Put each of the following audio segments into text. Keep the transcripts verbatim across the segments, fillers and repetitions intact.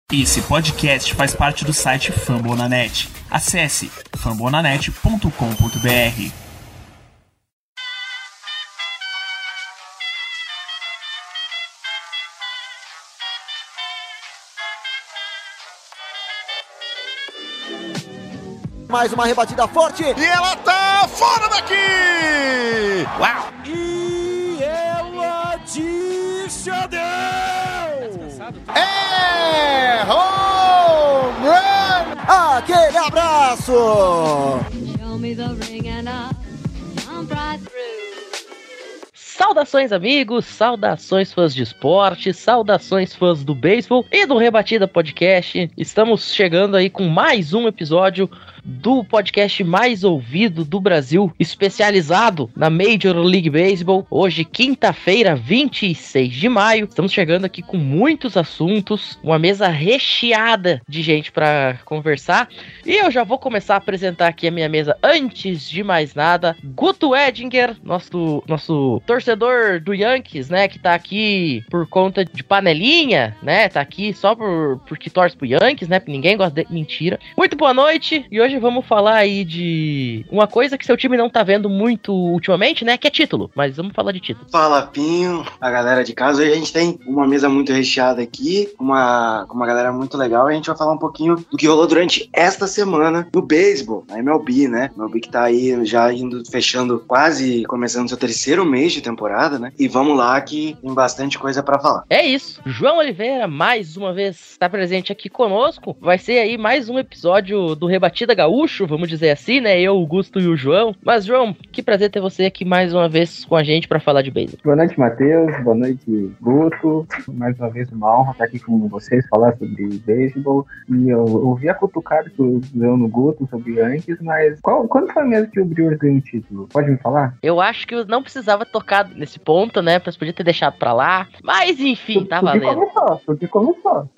Esse podcast faz parte do site Fambonanet. Acesse fambonanet ponto com ponto b r. Mais uma rebatida forte. E ela tá fora daqui! Uau! E ela disse adeus! É home run! Aquele abraço! Show me the ring and I'll jump right through. Saudações amigos, saudações fãs de esporte, saudações fãs do beisebol e do Rebatida Podcast. Estamos chegando aí com mais um episódio do podcast mais ouvido do Brasil, especializado na Major League Baseball. Hoje, quinta-feira, vinte e seis de maio, estamos chegando aqui com muitos assuntos, uma mesa recheada de gente para conversar. E eu já vou começar a apresentar aqui a minha mesa antes de mais nada. Guto Edinger, nosso, nosso torcedor do Yankees, né, que tá aqui por conta de panelinha, né, tá aqui só por, porque torce pro Yankees, né, porque ninguém gosta de mentira. Muito boa noite, e hoje vamos falar aí de uma coisa que seu time não tá vendo muito ultimamente, né, que é título, mas vamos falar de título. Fala, Pinho, a galera de casa. Hoje a gente tem uma mesa muito recheada aqui, uma, com uma galera muito legal, e a gente vai falar um pouquinho do que rolou durante esta semana no beisebol, na M L B, né, M L B que tá aí já indo, fechando, quase começando seu terceiro mês de temporada, né, e vamos lá que tem bastante coisa pra falar. É isso, João Oliveira, mais uma vez, tá presente aqui conosco, vai ser aí mais um episódio do Rebatida Gaúcho, vamos dizer assim, né? Eu, o Augusto e o João. Mas, João, que prazer ter você aqui mais uma vez com a gente para falar de beisebol. Boa noite, Matheus. Boa noite, Guto. Mais uma vez, uma honra estar aqui com vocês, falar sobre beisebol. E eu ouvi a cutucada que eu deu no Guto sobre Yankees, mas qual, quando foi mesmo que o Brewers ganhou o título? Pode me falar? Eu acho que eu não precisava tocar nesse ponto, né? Mas podia ter deixado pra lá. Mas, enfim, tá porque valendo. Começou, porque começou.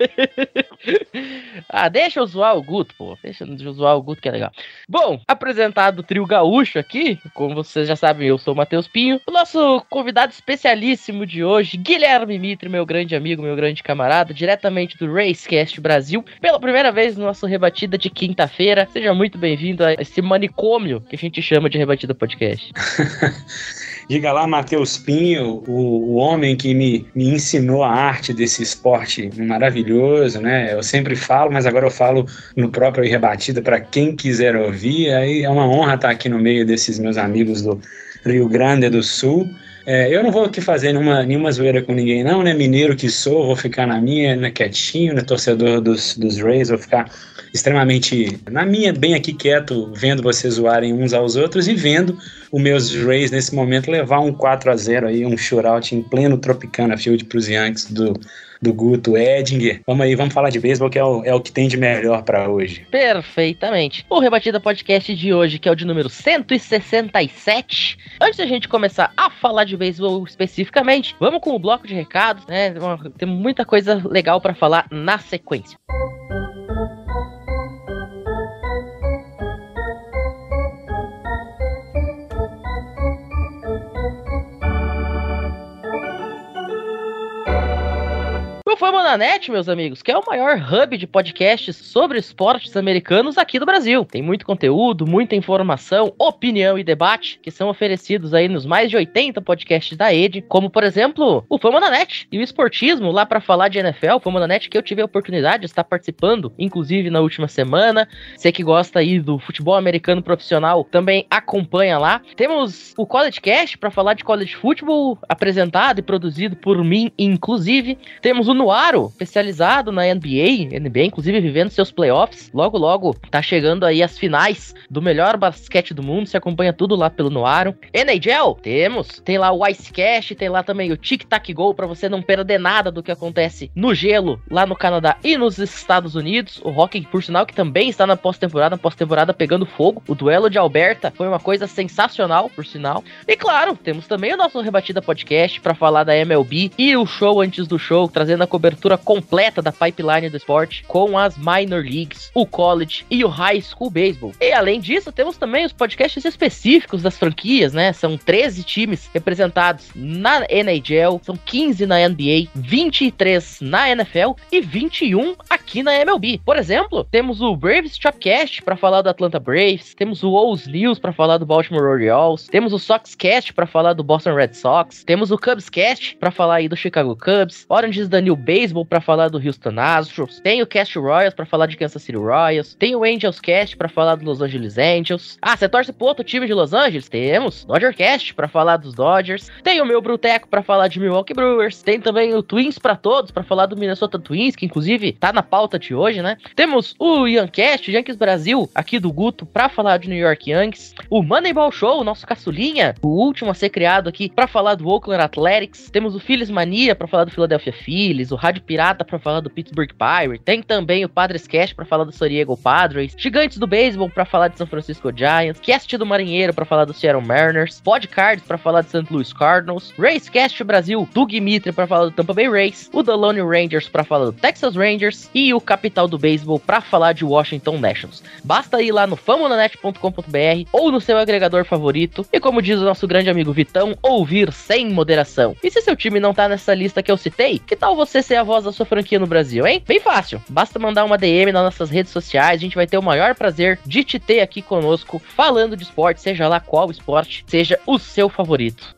Ah, deixa eu zoar o Guto, pô. Deixa eu zoar o Guto, que é legal. Bom, apresentado o trio gaúcho aqui, como vocês já sabem, eu sou o Matheus Pinho. O nosso convidado especialíssimo de hoje, Guilherme Mitre, meu grande amigo, meu grande camarada, diretamente do Racecast Brasil, pela primeira vez no nosso Rebatida de quinta-feira. Seja muito bem-vindo a esse manicômio que a gente chama de Rebatida Podcast. Diga lá, Matheus Pinho, o, o homem que me, me ensinou a arte desse esporte maravilhoso, né? Eu sempre falo, mas agora eu falo no próprio Rebatida para quem quiser ouvir. Aí é uma honra estar aqui no meio desses meus amigos do Rio Grande do Sul. É, eu não vou aqui fazer nenhuma, nenhuma zoeira com ninguém não, né? Mineiro que sou, vou ficar na minha, né, quietinho, né? Torcedor dos, dos Rays, vou ficar extremamente na minha, bem aqui quieto, vendo vocês zoarem uns aos outros e vendo os meus Rays nesse momento levar um quatro a zero aí, um shootout em pleno Tropicana Field pros Yankees do, do Guto Edinger. Vamos aí, vamos falar de beisebol, que é o, é o que tem de melhor pra hoje. Perfeitamente. O Rebatida Podcast de hoje, que é o de número cento e sessenta e sete. Antes da gente começar a falar de beisebol especificamente, vamos com o bloco de recados, né? Tem muita coisa legal pra falar na sequência. O Fambonanet, meus amigos, que é o maior hub de podcasts sobre esportes americanos aqui do Brasil. Tem muito conteúdo, muita informação, opinião e debate que são oferecidos aí nos mais de oitenta podcasts da E D, como, por exemplo, o Fambonanet e o esportismo lá para falar de N F L. O Fambonanet que eu tive a oportunidade de estar participando, inclusive na última semana. Você que gosta aí do futebol americano profissional também acompanha lá. Temos o College Cast para falar de college football, apresentado e produzido por mim, inclusive. Temos o Nuaro, especializado na N B A, N B A inclusive vivendo seus playoffs. Logo, logo tá chegando aí as finais do melhor basquete do mundo. Você acompanha tudo lá pelo Nuaro. N H L, temos. Tem lá o Icecast, tem lá também o Tic Tac Go, pra você não perder nada do que acontece no gelo, lá no Canadá e nos Estados Unidos. O hockey, por sinal, que também está na pós-temporada, pós-temporada pegando fogo. O duelo de Alberta foi uma coisa sensacional, por sinal. E claro, temos também o nosso Rebatida Podcast pra falar da M L B e o show antes do show, trazendo a cobertura cobertura completa da pipeline do esporte com as minor leagues, o college e o high school baseball. E além disso, temos também os podcasts específicos das franquias, né? São treze times representados na N H L, são quinze na N B A, vinte e três na N F L e vinte e um aqui na M L B. Por exemplo, temos o Braves Chopcast para falar do Atlanta Braves, temos o O's News para falar do Baltimore Orioles, temos o Soxcast para falar do Boston Red Sox, temos o Cubscast para falar aí do Chicago Cubs, Orange is the New Baseball para falar do Houston Astros, tem o Cast Royals para falar de Kansas City Royals, tem o Angels Cast para falar do Los Angeles Angels. Ah, você torce pro outro time de Los Angeles? Temos Dodger Cast para falar dos Dodgers, tem o meu Bruteco para falar de Milwaukee Brewers, tem também o Twins para todos para falar do Minnesota Twins, que inclusive tá na pauta de hoje, né? Temos o Yancast, Yankees Brasil, aqui do Guto, para falar de New York Yankees, o Moneyball Show, o nosso caçulinha, o último a ser criado aqui para falar do Oakland Athletics, temos o Phillies Mania para falar do Philadelphia Phillies, o Rádio Pirata para falar do Pittsburgh Pirates, tem também o Padres Cast para falar do San Diego Padres, Gigantes do Beisebol para falar de São Francisco Giants, Cast do Marinheiro para falar do Seattle Mariners, Podcards para falar de Saint Louis Cardinals, Racecast Brasil do Dimitri para falar do Tampa Bay Rays, o The Lone Rangers para falar do Texas Rangers e o Capital do Beisebol para falar de Washington Nationals. Basta ir lá no famonanet ponto com ponto b r ou no seu agregador favorito e, como diz o nosso grande amigo Vitão, ouvir sem moderação. E se seu time não tá nessa lista que eu citei, que tal você ser a voz da sua franquia no Brasil, hein? Bem fácil, basta mandar uma D M nas nossas redes sociais, a gente vai ter o maior prazer de te ter aqui conosco, falando de esporte, seja lá qual esporte seja o seu favorito.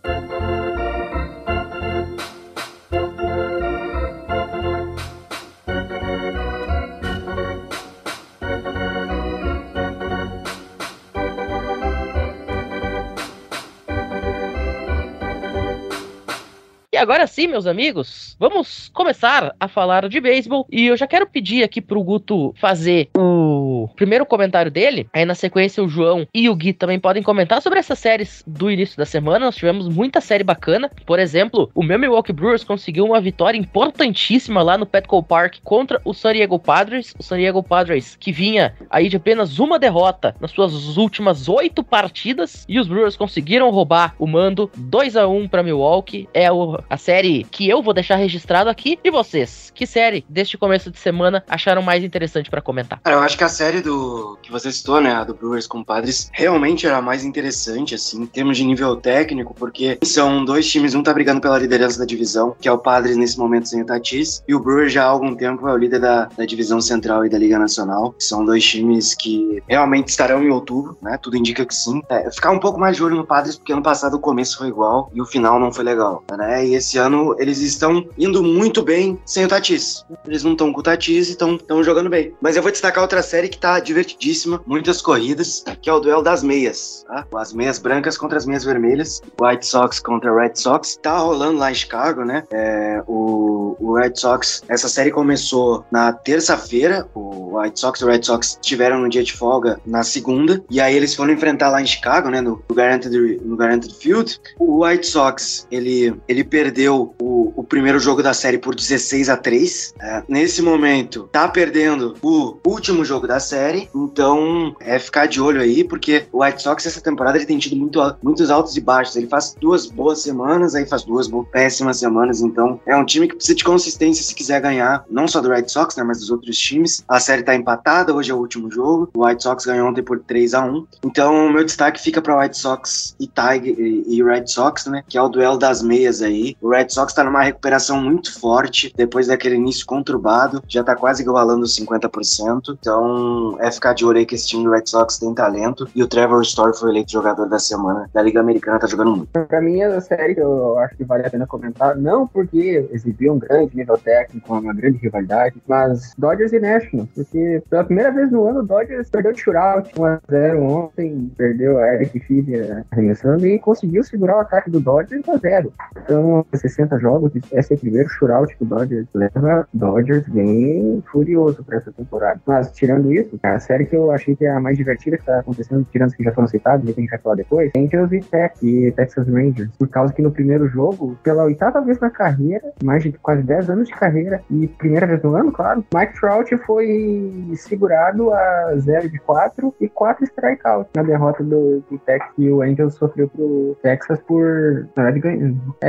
E agora sim, meus amigos, vamos começar a falar de beisebol. E eu já quero pedir aqui pro Guto fazer o primeiro comentário dele. Aí na sequência o João e o Gui também podem comentar sobre essas séries do início da semana. Nós tivemos muita série bacana. Por exemplo, o meu Milwaukee Brewers conseguiu uma vitória importantíssima lá no Petco Park contra o San Diego Padres. O San Diego Padres que vinha aí de apenas uma derrota nas suas últimas oito partidas. E os Brewers conseguiram roubar o mando dois a um para Milwaukee. É o a série que eu vou deixar registrado aqui. E vocês, que série deste começo de semana acharam mais interessante pra comentar? Cara, eu acho que a série do que você citou, né, a do Brewers com o Padres, realmente era a mais interessante, assim, em termos de nível técnico, porque são dois times, um tá brigando pela liderança da divisão, que é o Padres nesse momento sem o Tatis, e o Brewers já há algum tempo é o líder da, da divisão central e da Liga Nacional, que são dois times que realmente estarão em outubro, né, tudo indica que sim. É, ficar um pouco mais de olho no Padres, porque ano passado o começo foi igual e o final não foi legal, né, e esse ano eles estão indo muito bem sem o Tatis. Eles não estão com o Tatis e estão jogando bem. Mas eu vou destacar outra série que tá divertidíssima, muitas corridas, que é o duelo das meias, tá? As meias brancas contra as meias vermelhas, White Sox contra Red Sox. Tá rolando lá em Chicago, né? É, o, o Red Sox, essa série começou na terça-feira, o White Sox e o Red Sox tiveram um dia de folga na segunda, e aí eles foram enfrentar lá em Chicago, né? No, no, Guaranteed, no Guaranteed Field. O White Sox, ele, ele perdeu o, o primeiro jogo da série por dezesseis a três. É, nesse momento, tá perdendo o último jogo da série, então é ficar de olho aí, porque o White Sox essa temporada ele tem tido muito, muitos altos e baixos. Ele faz duas boas semanas, aí faz duas péssimas semanas, então é um time que precisa de consistência se quiser ganhar, não só do Red Sox, né, mas dos outros times. A série tá empatada, hoje é o último jogo, o White Sox ganhou ontem por três a um, então o meu destaque fica para White Sox e Tiger e, e Red Sox, né, que é o duelo das meias aí. O Red Sox tá numa recuperação muito forte, depois daquele início conturbado, já tá quase igualando os cinquenta por cento, então é ficar de olho aí que esse time do Red Sox tem talento, e o Trevor Story foi eleito jogador da semana da Liga Americana, tá jogando muito. Pra mim é a série que eu acho que vale a pena comentar, não porque exibiu um grande nível técnico, uma grande rivalidade, mas Dodgers e Nationals, porque pela primeira vez no ano o Dodgers perdeu de shootout um a zero ontem, perdeu a Eric Fielder arremessando e conseguiu segurar o ataque do Dodgers um a zero. Então, sessenta jogos, esse é o primeiro shootout que o Dodgers leva. Dodgers bem furioso pra essa temporada. Mas, tirando isso, a série que eu achei que é a mais divertida que tá acontecendo, tirando os que já foram citados, que a gente vai falar depois, Angels e Tex, e Texas Rangers. Por causa que no primeiro jogo, pela oitava vez na carreira, mais de quase dez anos de carreira, e primeira vez no ano, claro, Mike Trout foi segurado a zero de quatro e quatro strikeouts na derrota do, do Tex, e o Angels sofreu pro Texas por... Na verdade, ganhou. É, perdeu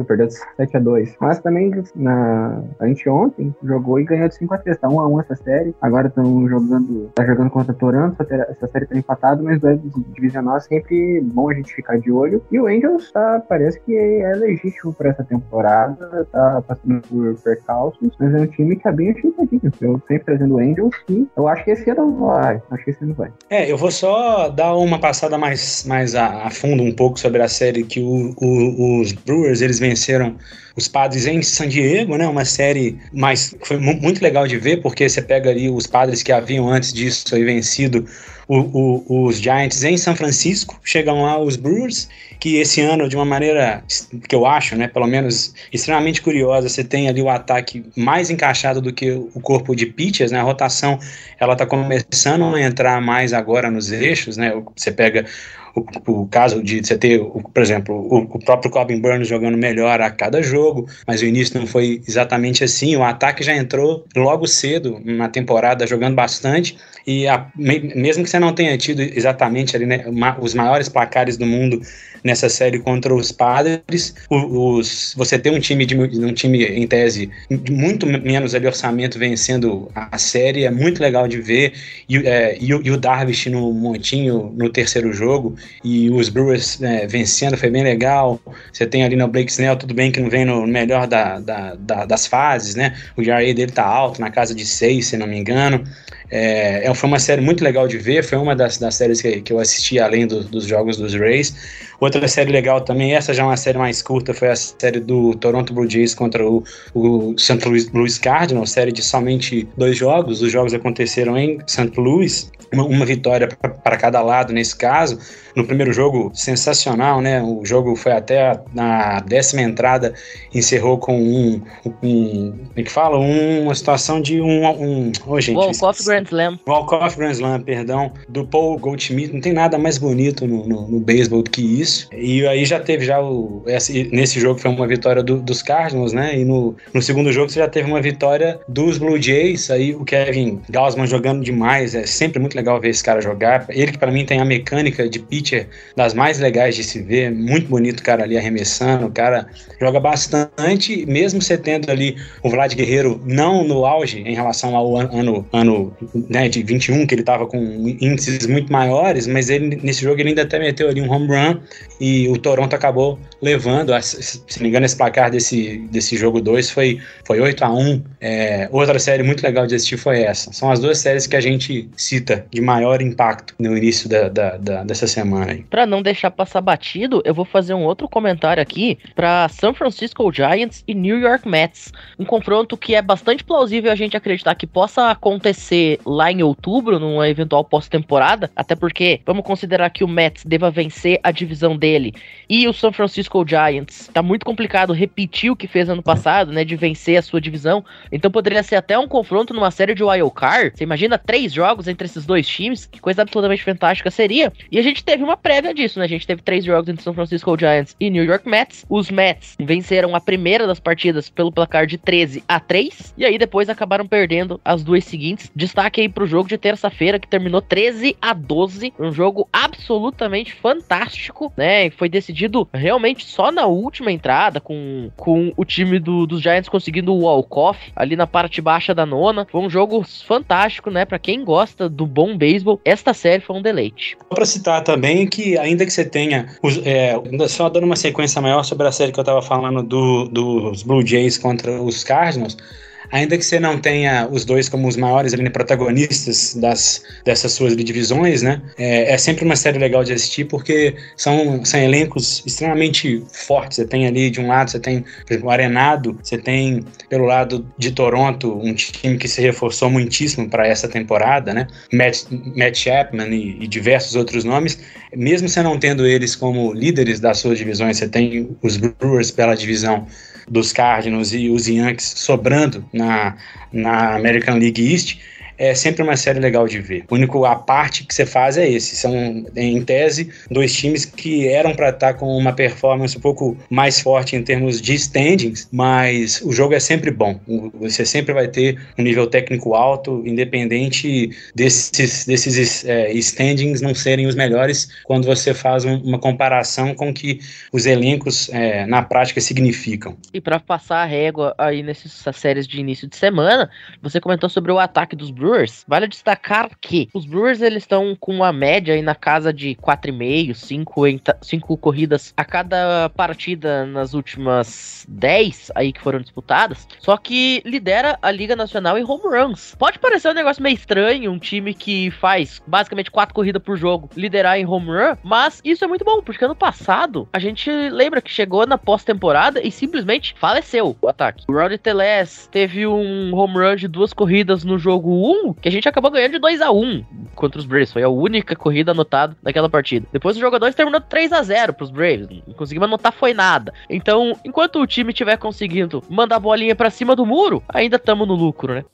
perdeu de sete a dois. Mas também na, a gente ontem jogou e ganhou de cinco a três. Tá um a um essa série. Agora estão jogando, tá jogando contra Toronto. Essa série tá empatada, mas duelo divisional é sempre bom a gente ficar de olho. E o Angels tá, parece que é legítimo para essa temporada, tá passando por percalços, mas é um time que é bem ajeitadinho. Eu sempre trazendo o Angels e eu acho que esse ano vai. Acho que esse ano vai. É, eu vou só dar uma passada mais, mais a, a fundo um pouco sobre a série que o, o, os Brewers, eles venceram os Padres em San Diego, né? Uma série mais, foi muito legal de ver, porque você pega ali os Padres que haviam antes disso aí vencido o, o, os Giants em São Francisco, chegam lá os Brewers, que esse ano, de uma maneira que eu acho, né, pelo menos extremamente curiosa, você tem ali o ataque mais encaixado do que o corpo de pitchers, né? A rotação, ela tá começando a entrar mais agora nos eixos, né? Você pega O, o caso de você ter, o, por exemplo, o, o próprio Corbin Burns jogando melhor a cada jogo, mas o início não foi exatamente assim. O ataque já entrou logo cedo na temporada jogando bastante, e a, mesmo que você não tenha tido exatamente ali, né, ma, os maiores placares do mundo nessa série contra os Padres, os, você tem um time, de, um time em tese de muito menos ali orçamento vencendo a série, é muito legal de ver, e, é, e, e o Darvish no montinho no terceiro jogo, e os Brewers é, vencendo, foi bem legal. Você tem ali no Blake Snell, tudo bem que não vem no melhor da, da, da, das fases, né? O J R A dele tá alto, na casa de seis, se não me engano. É, foi uma série muito legal de ver, foi uma das, das séries que, que eu assisti além do, dos jogos dos Rays. Outra série legal também, essa já é uma série mais curta, foi a série do Toronto Blue Jays contra o, o Saint Louis, Louis Cardinals, série de somente dois jogos. Os jogos aconteceram em Saint Louis, uma, uma vitória para cada lado nesse caso. No primeiro jogo, sensacional, né? O jogo foi até a, na décima entrada, encerrou com um, um como é que fala? Um, uma situação de um... um oh, gente, Walk-off Grand Slam. Walk-off Grand Slam, perdão, do Paul Goldschmidt. Não tem nada mais bonito no, no, no beisebol do que isso. E aí já teve já o... Esse, nesse jogo foi uma vitória do, dos Cardinals, né? E no, no segundo jogo você já teve uma vitória dos Blue Jays. Aí o Kevin Gausman jogando demais. É sempre muito legal ver esse cara jogar. Ele que pra mim tem a mecânica de pitcher das mais legais de se ver, muito bonito o cara ali arremessando, o cara joga bastante, mesmo você tendo ali o Vlad Guerreiro não no auge em relação ao ano, ano né, de vinte e um, que ele tava com índices muito maiores, mas ele, nesse jogo ele ainda até meteu ali um home run, e o Toronto acabou levando, se não me engano esse placar desse, desse jogo dois foi, foi oito a um. É, outra série muito legal de assistir foi essa. São as duas séries que a gente cita de maior impacto no início da, da, da, dessa semana. Para não deixar passar batido, eu vou fazer um outro comentário aqui para San Francisco Giants e New York Mets. Um confronto que é bastante plausível a gente acreditar que possa acontecer lá em outubro, numa eventual pós-temporada, até porque vamos considerar que o Mets deva vencer a divisão dele e o San Francisco Giants tá muito complicado repetir o que fez ano passado, né, de vencer a sua divisão. Então poderia ser até um confronto numa série de wild card. Você imagina três jogos entre esses dois times? Que coisa absolutamente fantástica seria. E a gente teve uma prévia disso, né? A gente teve três jogos entre San Francisco Giants e New York Mets. Os Mets venceram a primeira das partidas pelo placar de treze a três, e aí depois acabaram perdendo as duas seguintes. Destaque aí pro jogo de terça-feira, que terminou treze a doze, um jogo absolutamente fantástico, né? E foi decidido realmente só na última entrada, com, com o time do, dos Giants conseguindo o walk-off ali na parte baixa da nona. Foi um jogo fantástico, né? Pra quem gosta do bom beisebol, esta série foi um deleite. Só pra citar também que ainda que você tenha os, é, só dando uma sequência maior sobre a série que eu tava falando do, dos Blue Jays contra os Cardinals, ainda que você não tenha os dois como os maiores ali, protagonistas das, dessas suas divisões, né? É, é sempre uma série legal de assistir, porque são, são elencos extremamente fortes. Você tem ali, de um lado, você tem, por exemplo, o Arenado, você tem, pelo lado de Toronto, um time que se reforçou muitíssimo para essa temporada, né? Matt, Matt Chapman e, e diversos outros nomes. Mesmo você não tendo eles como líderes das suas divisões, você tem os Brewers pela divisão dos Cardinals e os Yankees sobrando na, na American League East. é sempre uma série legal de ver. O único a parte que você faz é esse. São, em tese, dois times que eram para estar com uma performance um pouco mais forte em termos de standings, mas o jogo é sempre bom. Você sempre vai ter um nível técnico alto, independente desses, desses é, standings não serem os melhores quando você faz um, uma comparação com o que os elencos é, na prática significam. E para passar a régua aí nessas séries de início de semana, você comentou sobre o ataque dos Brewers. Vale destacar que os Brewers eles estão com uma média aí na casa de quatro vírgula cinco, cinco corridas a cada partida nas últimas dez aí que foram disputadas, só que lidera a Liga Nacional em home runs. Pode parecer um negócio meio estranho, um time que faz basicamente quatro corridas por jogo liderar em home run, mas isso é muito bom, porque ano passado a gente lembra que chegou na pós-temporada e simplesmente faleceu o ataque. O Rowdy Tellez teve um home run de duas corridas no jogo um, que a gente acabou ganhando de dois a um contra os Braves, foi a única corrida anotada naquela partida. Depois o jogo dois terminou três a zero pros Braves, não conseguimos anotar foi nada. Então, enquanto o time estiver conseguindo mandar a bolinha pra cima do muro, ainda estamos no lucro, né?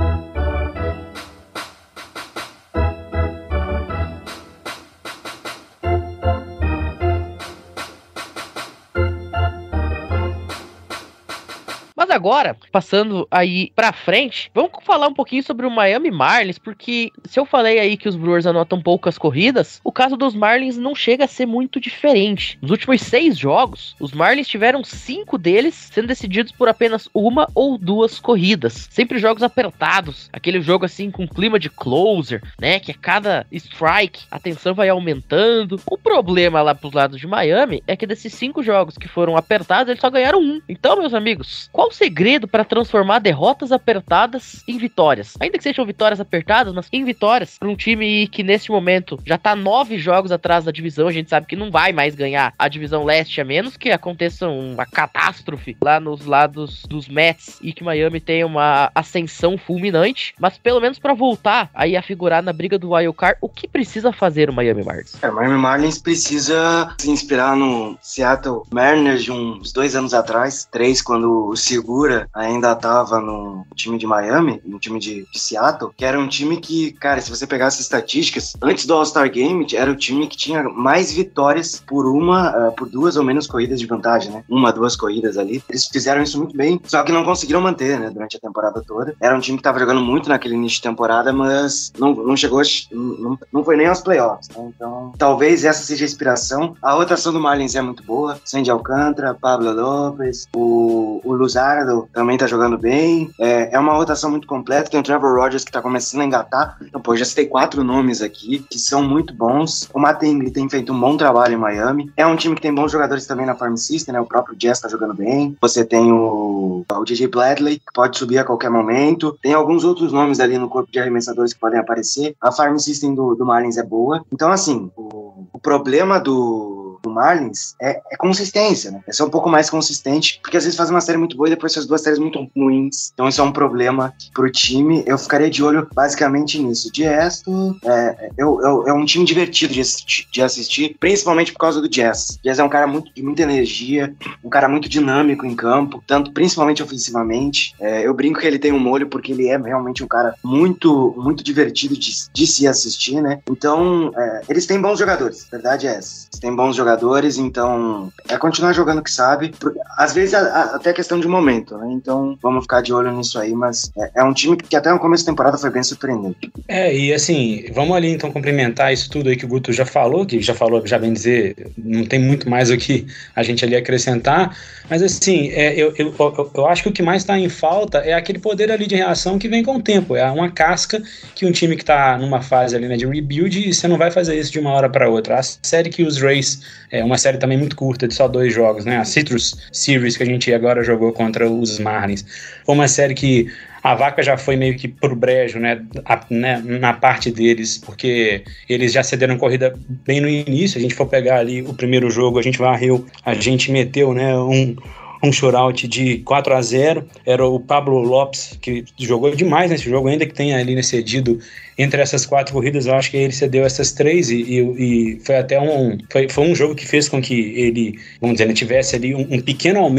Mas agora, passando aí pra frente, vamos falar um pouquinho sobre o Miami Marlins, porque se eu falei aí que os Brewers anotam poucas corridas, o caso dos Marlins não chega a ser muito diferente. Nos últimos seis jogos, os Marlins tiveram cinco deles sendo decididos por apenas uma ou duas corridas. Sempre jogos apertados, aquele jogo assim com clima de closer, né, que a cada strike a tensão vai aumentando. O problema lá pros lados de Miami é que desses cinco jogos que foram apertados, eles só ganharam um. Então, meus amigos, qual o segredo para transformar derrotas apertadas em vitórias? Ainda que sejam vitórias apertadas, mas em vitórias para um time que neste momento já tá nove jogos atrás da divisão. A gente sabe que não vai mais ganhar a divisão leste, a menos que aconteça uma catástrofe lá nos lados dos Mets e que Miami tenha uma ascensão fulminante, mas pelo menos para voltar aí a figurar na briga do Wild Card, o que precisa fazer o Miami Marlins? É, o Miami Marlins precisa se inspirar no Seattle Mariners de uns dois anos atrás, três, quando o Segura ainda tava no time de Miami, no time de, de Seattle, que era um time que, cara, se você pegasse estatísticas, antes do All-Star Game, era o time que tinha mais vitórias por uma, uh, por duas ou menos corridas de vantagem, né? Uma, duas corridas ali. Eles fizeram isso muito bem, só que não conseguiram manter, né, durante a temporada toda. Era um time que tava jogando muito naquele início de temporada, mas não, não chegou, não, não foi nem aos playoffs, né? Então, talvez essa seja a inspiração. A rotação do Marlins é muito boa. Sandy Alcântara, Pablo Lopes, o, o Luzardo também tá jogando bem. É, é uma rotação muito completa. Tem o Trevor Rogers que tá começando a engatar. Então, pô, já citei quatro nomes aqui que são muito bons. O Matt Ingley tem feito um bom trabalho em Miami. É um time que tem bons jogadores também na Farm System, né? O próprio Jazz tá jogando bem. Você tem o, o J J Bradley, que pode subir a qualquer momento. Tem alguns outros nomes ali no corpo de arremessadores que podem aparecer. A Farm System do, do Marlins é boa. Então, assim, o, o problema do, do Marlins é, é consistência, né? É ser um pouco mais consistente, porque às vezes faz uma série muito boa e depois faz duas séries muito ruins. Então isso é um problema pro time. Eu ficaria de olho basicamente nisso. De resto, é, eu, eu, é um time divertido de assistir, de assistir, principalmente por causa do Jazz. O Jazz é um cara muito, de muita energia, um cara muito dinâmico em campo, tanto principalmente ofensivamente. É, eu brinco que ele tem um molho porque ele é realmente um cara muito, muito divertido de, de se assistir, né? Então, é, eles têm bons jogadores, a verdade é essa. Eles têm bons jogadores, então é continuar jogando o que sabe. Às vezes a, a, até questão de momento, né? Então vamos ficar de olho nisso aí, mas é, é um time que até no começo da temporada foi bem surpreendente. É, e assim, vamos ali então complementar isso tudo aí que o Guto já falou, que já falou, já bem dizer, não tem muito mais o que a gente ali acrescentar, mas assim, é, eu, eu, eu, eu acho que o que mais está em falta é aquele poder ali de reação que vem com o tempo, é uma casca que um time que está numa fase ali, né, de rebuild, você não vai fazer isso de uma hora para outra. A série que os Rays, é uma série também muito curta, de só dois jogos, né, a Citrus Series que a gente agora jogou contra os Marlins, foi uma série que a vaca já foi meio que pro brejo, né, a, né, na parte deles, porque eles já cederam corrida bem no início. A gente for pegar ali o primeiro jogo, a gente varreu, a gente meteu, né, um, um shutout de quatro a zero, era o Pablo Lopes, que jogou demais nesse jogo, ainda que tenha ali, né, cedido entre essas quatro corridas, eu acho que ele cedeu essas três e, e, e foi até um foi, foi um jogo que fez com que ele, vamos dizer, ele tivesse ali um, um pequeno aumento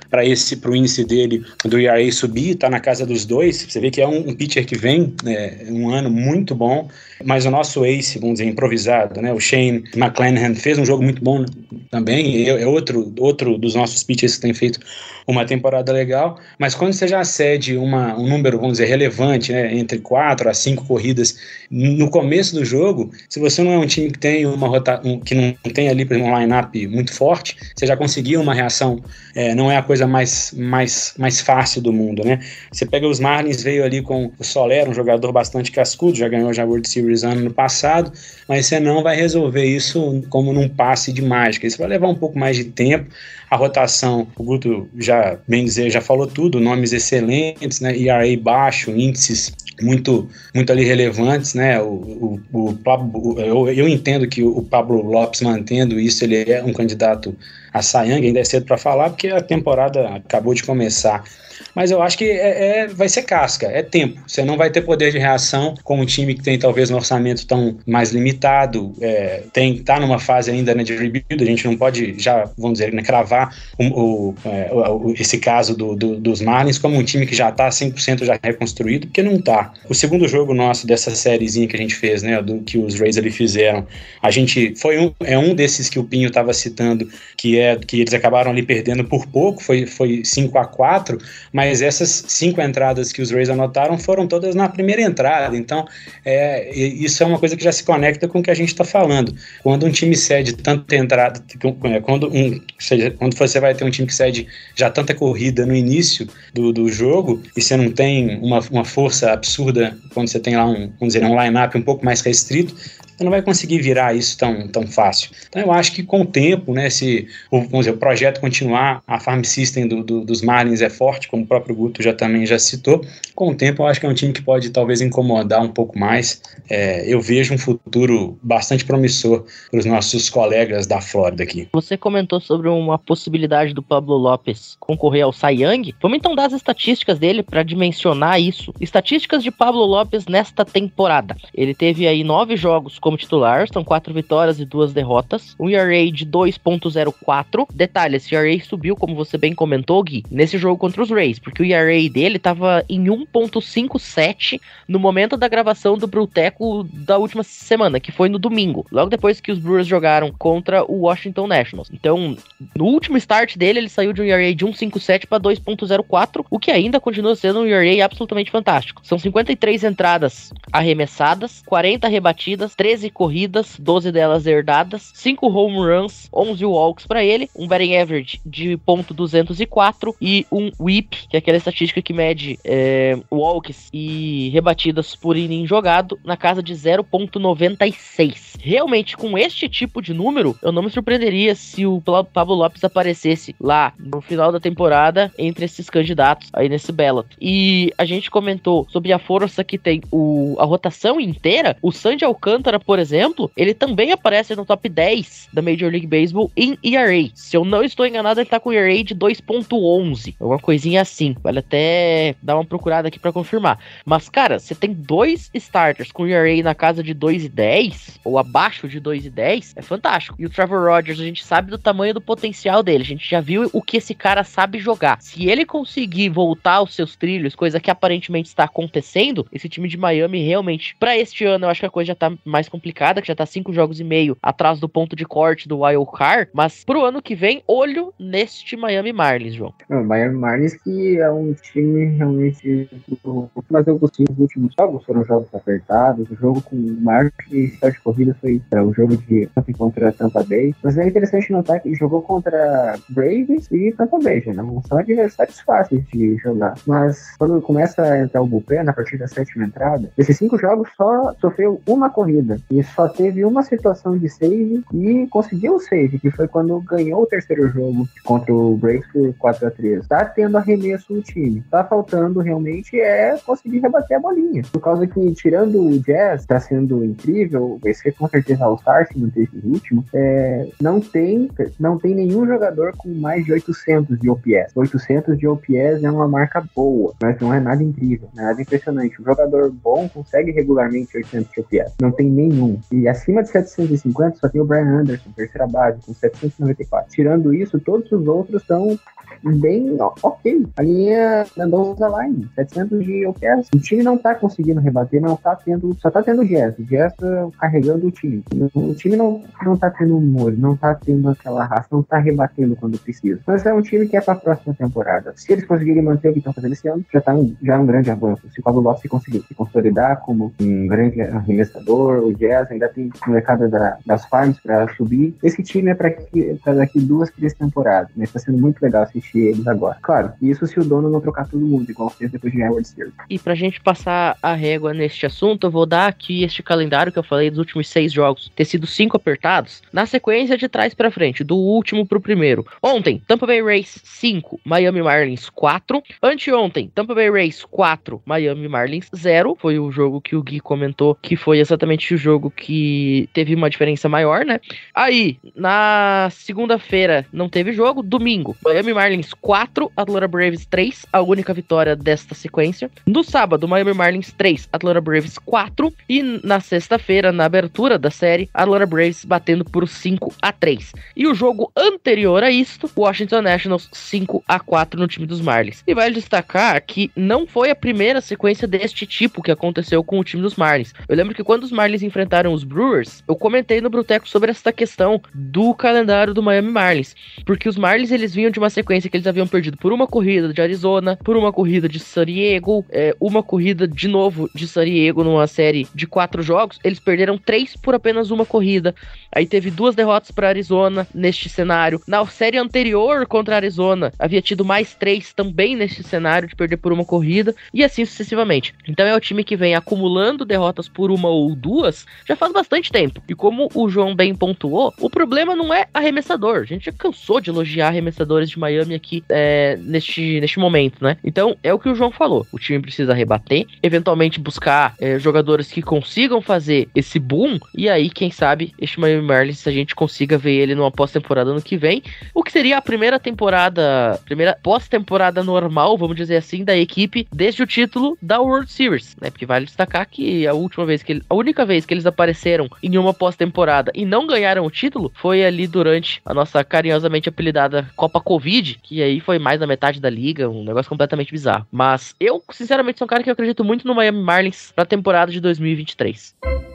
para esse, pro índice dele, do E R A subir, tá na casa dos dois. Você vê que é um, um pitcher que vem, né, um ano muito bom, mas o nosso ace, vamos dizer, improvisado, né, o Shane McClanahan fez um jogo muito bom também, é, é outro, outro dos nossos pitchers que tem feito uma temporada legal, mas quando você já cede uma, um número, vamos dizer, relevante, né, entre quatro a cinco corridas no começo do jogo, se você não é um time que tem uma rota, um, que não tem ali, por exemplo, um line-up muito forte, você já conseguiu uma reação, é, não é a coisa mais, mais, mais fácil do mundo, né? Você pega os Marlins, veio ali com o Soler, um jogador bastante cascudo, já ganhou já World Series ano passado, mas você não vai resolver isso como num passe de mágica, isso vai levar um pouco mais de tempo. A rotação, o Guto já, bem dizer, já falou tudo, nomes excelentes, né? E R A baixo, índices muito, muito ali relevantes, né? O, o, o Pablo, eu, eu entendo que o Pablo Lopes mantendo isso, ele é um candidato a Cy Young, ainda é cedo para falar, porque a temporada acabou de começar. Mas eu acho que é, é, vai ser casca, é tempo. Você não vai ter poder de reação com um time que tem talvez um orçamento tão mais limitado, é, tem, tá numa fase ainda, né, de rebuild, a gente não pode já, vamos dizer, né, cravar o, o, é, o, esse caso do, do, dos Marlins como um time que já está cem por cento já reconstruído, porque não tá. O segundo jogo nosso dessa sériezinha que a gente fez, né, do que os Rays ali fizeram, a gente foi um, é um desses que o Pinho estava citando, que é que eles acabaram ali perdendo por pouco, foi, foi cinco a quatro, mas essas cinco entradas que os Rays anotaram foram todas na primeira entrada, então é, isso é uma coisa que já se conecta com o que a gente está falando. Quando um time cede tanta entrada, quando, um, seja, quando você vai ter um time que cede já tanta corrida no início do, do jogo, e você não tem uma, uma força absurda, quando você tem lá um, vamos dizer, um line-up um pouco mais restrito, você não vai conseguir virar isso tão, tão fácil. Então eu acho que com o tempo, né, se o, vamos dizer, o projeto continuar, a farm system do, do, dos Marlins é forte, como o próprio Guto já também já citou, com o tempo eu acho que é um time que pode talvez incomodar um pouco mais. É, eu vejo um futuro bastante promissor para os nossos colegas da Flórida aqui. Você comentou sobre uma possibilidade do Pablo Lopes concorrer ao Cy Young. Vamos então dar as estatísticas dele para dimensionar isso. Estatísticas de Pablo Lopes nesta temporada. Ele teve aí nove jogos como titular, são quatro vitórias e duas derrotas, um E R A de dois ponto zero quatro. Detalhe, esse E R A subiu, como você bem comentou, Gui, nesse jogo contra os Rays, porque o E R A dele tava em um ponto cinquenta e sete no momento da gravação do Bruteco da última semana, que foi no domingo, logo depois que os Brewers jogaram contra o Washington Nationals. Então, no último start dele, ele saiu de um E R A de um ponto cinquenta e sete para dois ponto zero quatro, o que ainda continua sendo um E R A absolutamente fantástico. São cinquenta e três entradas arremessadas, quarenta rebatidas, treze corridas, doze delas herdadas, cinco home runs, onze walks para ele, um batting average de ponto duzentos e quatro e um whip, que é aquela estatística que mede é, walks e rebatidas por inning jogado, na casa de zero ponto noventa e seis. Realmente, com este tipo de número, eu não me surpreenderia se o Pablo Lopes aparecesse lá no final da temporada entre esses candidatos aí nesse ballot. E a gente comentou sobre a força que tem o, a rotação inteira. O Sandy Alcântara, por exemplo, ele também aparece no top dez da Major League Baseball em E R A. Se eu não estou enganado, ele tá com E R A de dois ponto onze, alguma coisinha assim. Vale até dar uma procurada aqui pra confirmar. Mas, cara, você tem dois starters com E R A na casa de dois e dez, ou abaixo de dois e dez, é fantástico. E o Trevor Rogers, a gente sabe do tamanho do potencial dele, a gente já viu o que esse cara sabe jogar. Se ele conseguir voltar aos seus trilhos, coisa que aparentemente está acontecendo, esse time de Miami realmente, pra este ano, eu acho que a coisa já tá mais complicada, que já tá cinco jogos e meio atrás do ponto de corte do Wild Card, mas pro ano que vem, olho neste Miami Marlins, João. O Miami Marlins, que é um time realmente do fazer o possível. Os últimos jogos foram jogos apertados, o jogo com maior de corrida foi é, o jogo de contra Tampa Bay, mas é interessante notar que jogou contra Braves e Tampa Bay, já não são adversários fáceis de jogar, mas quando começa a entrar o bullpen na partir da sétima entrada, esses cinco jogos só sofreu uma corrida e só teve uma situação de save e conseguiu o save, que foi quando ganhou o terceiro jogo contra o Braves por quatro a três. Tá tendo arremesso no time, tá faltando realmente é conseguir rebater a bolinha, por causa que tirando o Jazz, tá sendo incrível, vai ser com certeza All-Star se manter esse ritmo, é, não tem não tem nenhum jogador com mais de oitocentos de O P S. oitocentos de O P S é uma marca boa, mas não é nada incrível, não é nada impressionante. Um jogador bom consegue regularmente oitocentos de O P S, não tem nenhum. E acima de setecentos e cinquenta só tem o Brian Anderson, terceira base, com setecentos e noventa e quatro. Tirando isso, todos os outros estão bem ok. A linha andou da line, setecentos de O P S. O time não tá conseguindo rebater, não tá tendo, só tá tendo o Jazz. O Jazz tá carregando o time. O time não, não tá tendo humor, não tá tendo aquela raça, não tá rebatendo quando precisa. Mas é um time que é pra próxima temporada. Se eles conseguirem manter o que estão fazendo esse ano, já tá um, já é um grande avanço. Se o Pablo Lopes se conseguir se consolidar como um grande arremessador, o Jazz ainda tem molecada da, das farms pra subir. Esse time é pra, que, pra daqui duas, três temporadas. Mas tá sendo muito legal assistir eles agora. Claro, isso se o dono não trocar todo mundo, igual fez depois de World Series. E pra gente passar a régua neste assunto, eu vou dar aqui este calendário que eu falei dos últimos seis jogos, ter sido cinco apertados, na sequência de trás pra frente, do último pro primeiro. Ontem, Tampa Bay Rays cinco, Miami Marlins quatro. Anteontem, Tampa Bay Rays quatro, Miami Marlins zero. Foi o jogo que o Gui comentou que foi exatamente o jogo que teve uma diferença maior, né? Aí, na segunda-feira não teve jogo. Domingo, Miami Marlins quatro, Atlanta Braves três, a única vitória desta sequência. No sábado, Miami Marlins três, Atlanta Braves quatro. E na sexta-feira, na abertura da série, Atlanta Braves batendo por cinco a três. E o jogo anterior a isto, Washington Nationals cinco a quatro no time dos Marlins. E vale destacar que não foi a primeira sequência deste tipo que aconteceu com o time dos Marlins. Eu lembro que quando os Marlins enfrentaram os Brewers, eu comentei no Bruteco sobre essa questão do calendário do Miami Marlins, porque os Marlins eles vinham de uma sequência que eles haviam perdido por uma corrida de Arizona, por uma corrida de San Diego, é, uma corrida de novo de San Diego numa série de quatro jogos. Eles perderam três por apenas uma corrida. Aí teve duas derrotas para Arizona neste cenário. Na série anterior contra a Arizona, havia tido mais três também neste cenário de perder por uma corrida, e assim sucessivamente. Então é o time que vem acumulando derrotas por uma ou duas já faz bastante tempo. E como o João bem pontuou, o problema não é arremessador. A gente já cansou de elogiar arremessadores de Miami aqui é, neste, neste momento, né? Então é o que o João falou. O time precisa rebater, eventualmente buscar é, jogadores que consigam fazer esse boom, e aí quem sabe este Miami Marlins a gente consiga ver ele numa pós-temporada ano que vem, o que seria a primeira temporada, primeira pós-temporada normal, vamos dizer assim, da equipe desde o título da World Series, né? Porque vale destacar que a última vez que ele, a única vez que eles apareceram em uma pós-temporada e não ganharam o título foi ali durante a nossa carinhosamente apelidada Copa Covid, que aí foi mais da metade da liga, um negócio completamente bizarro. Mas eu, sinceramente, sou um cara que eu acredito muito no Miami Marlins pra temporada de dois mil e vinte e três.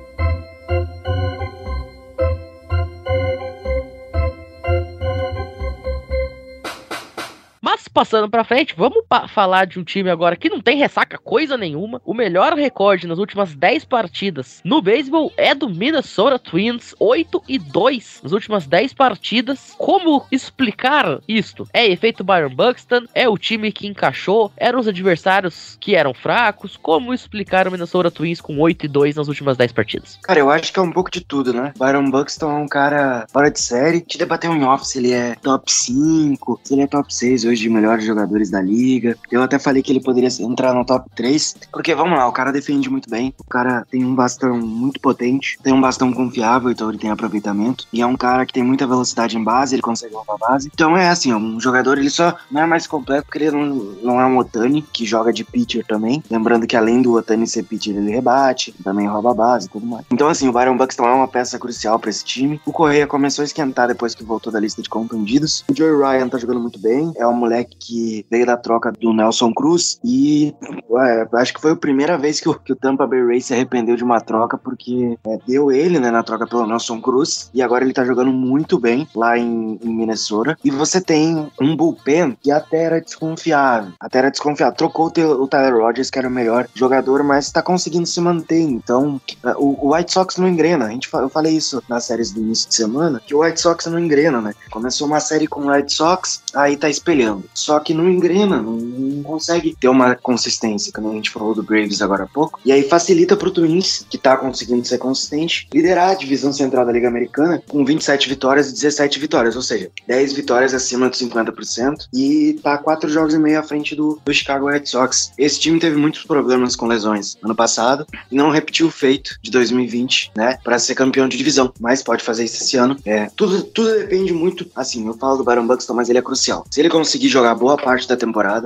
Mas passando pra frente, vamos pa- falar de um time agora que não tem ressaca coisa nenhuma. O melhor recorde nas últimas dez partidas no beisebol é do Minnesota Twins, oito e dois nas últimas dez partidas. Como explicar isto? É efeito Byron Buxton? É o time que encaixou? Eram os adversários que eram fracos? Como explicar o Minnesota Twins com oito e dois nas últimas dez partidas? Cara, eu acho que é um pouco de tudo, né? Byron Buxton é um cara fora de série. Te debateu em off se ele é top cinco, se ele é top seis hoje de melhores jogadores da liga. Eu até falei que ele poderia entrar no top três, porque vamos lá, o cara defende muito bem, o cara tem um bastão muito potente, tem um bastão confiável, então ele tem aproveitamento, e é um cara que tem muita velocidade em base, ele consegue roubar base. Então é assim, um jogador, ele só não é mais completo porque ele não, não é um Ohtani, que joga de pitcher também, lembrando que além do Ohtani ser pitcher, ele rebate, também rouba base e tudo mais. Então assim, o Byron Buxton é uma peça crucial pra esse time. O Correa começou a esquentar depois que voltou da lista de contundidos. O Joey Ryan tá jogando muito bem, é um moleque que veio da troca do Nelson Cruz e ué, acho que foi a primeira vez que o, que o Tampa Bay Rays se arrependeu de uma troca, porque é, deu ele, né, na troca pelo Nelson Cruz, e agora ele tá jogando muito bem lá em, em Minnesota. E você tem um bullpen que até era desconfiável, até era desconfiável. Trocou o, teu, o Tyler Rogers, que era o melhor jogador, mas tá conseguindo se manter. Então, o, o White Sox não engrena. A gente, eu falei isso nas séries do início de semana, que o White Sox não engrena, né? Começou uma série com o White Sox, aí tá espelhando. Só que não engrena, não, não consegue ter uma consistência, como a gente falou do Braves agora há pouco. E aí facilita pro Twins, que tá conseguindo ser consistente, liderar a divisão central da Liga Americana com vinte e sete vitórias e dezessete vitórias, ou seja, dez vitórias acima dos cinquenta por cento, e tá quatro jogos e meio à frente do, do Chicago White Sox. Esse time teve muitos problemas com lesões ano passado e não repetiu o feito de dois mil e vinte, né, pra ser campeão de divisão, mas pode fazer isso esse ano. É, tudo, tudo depende muito, assim, eu falo do Byron Buxton, mas ele é crucial. Se ele conseguir jogar boa parte da temporada, né,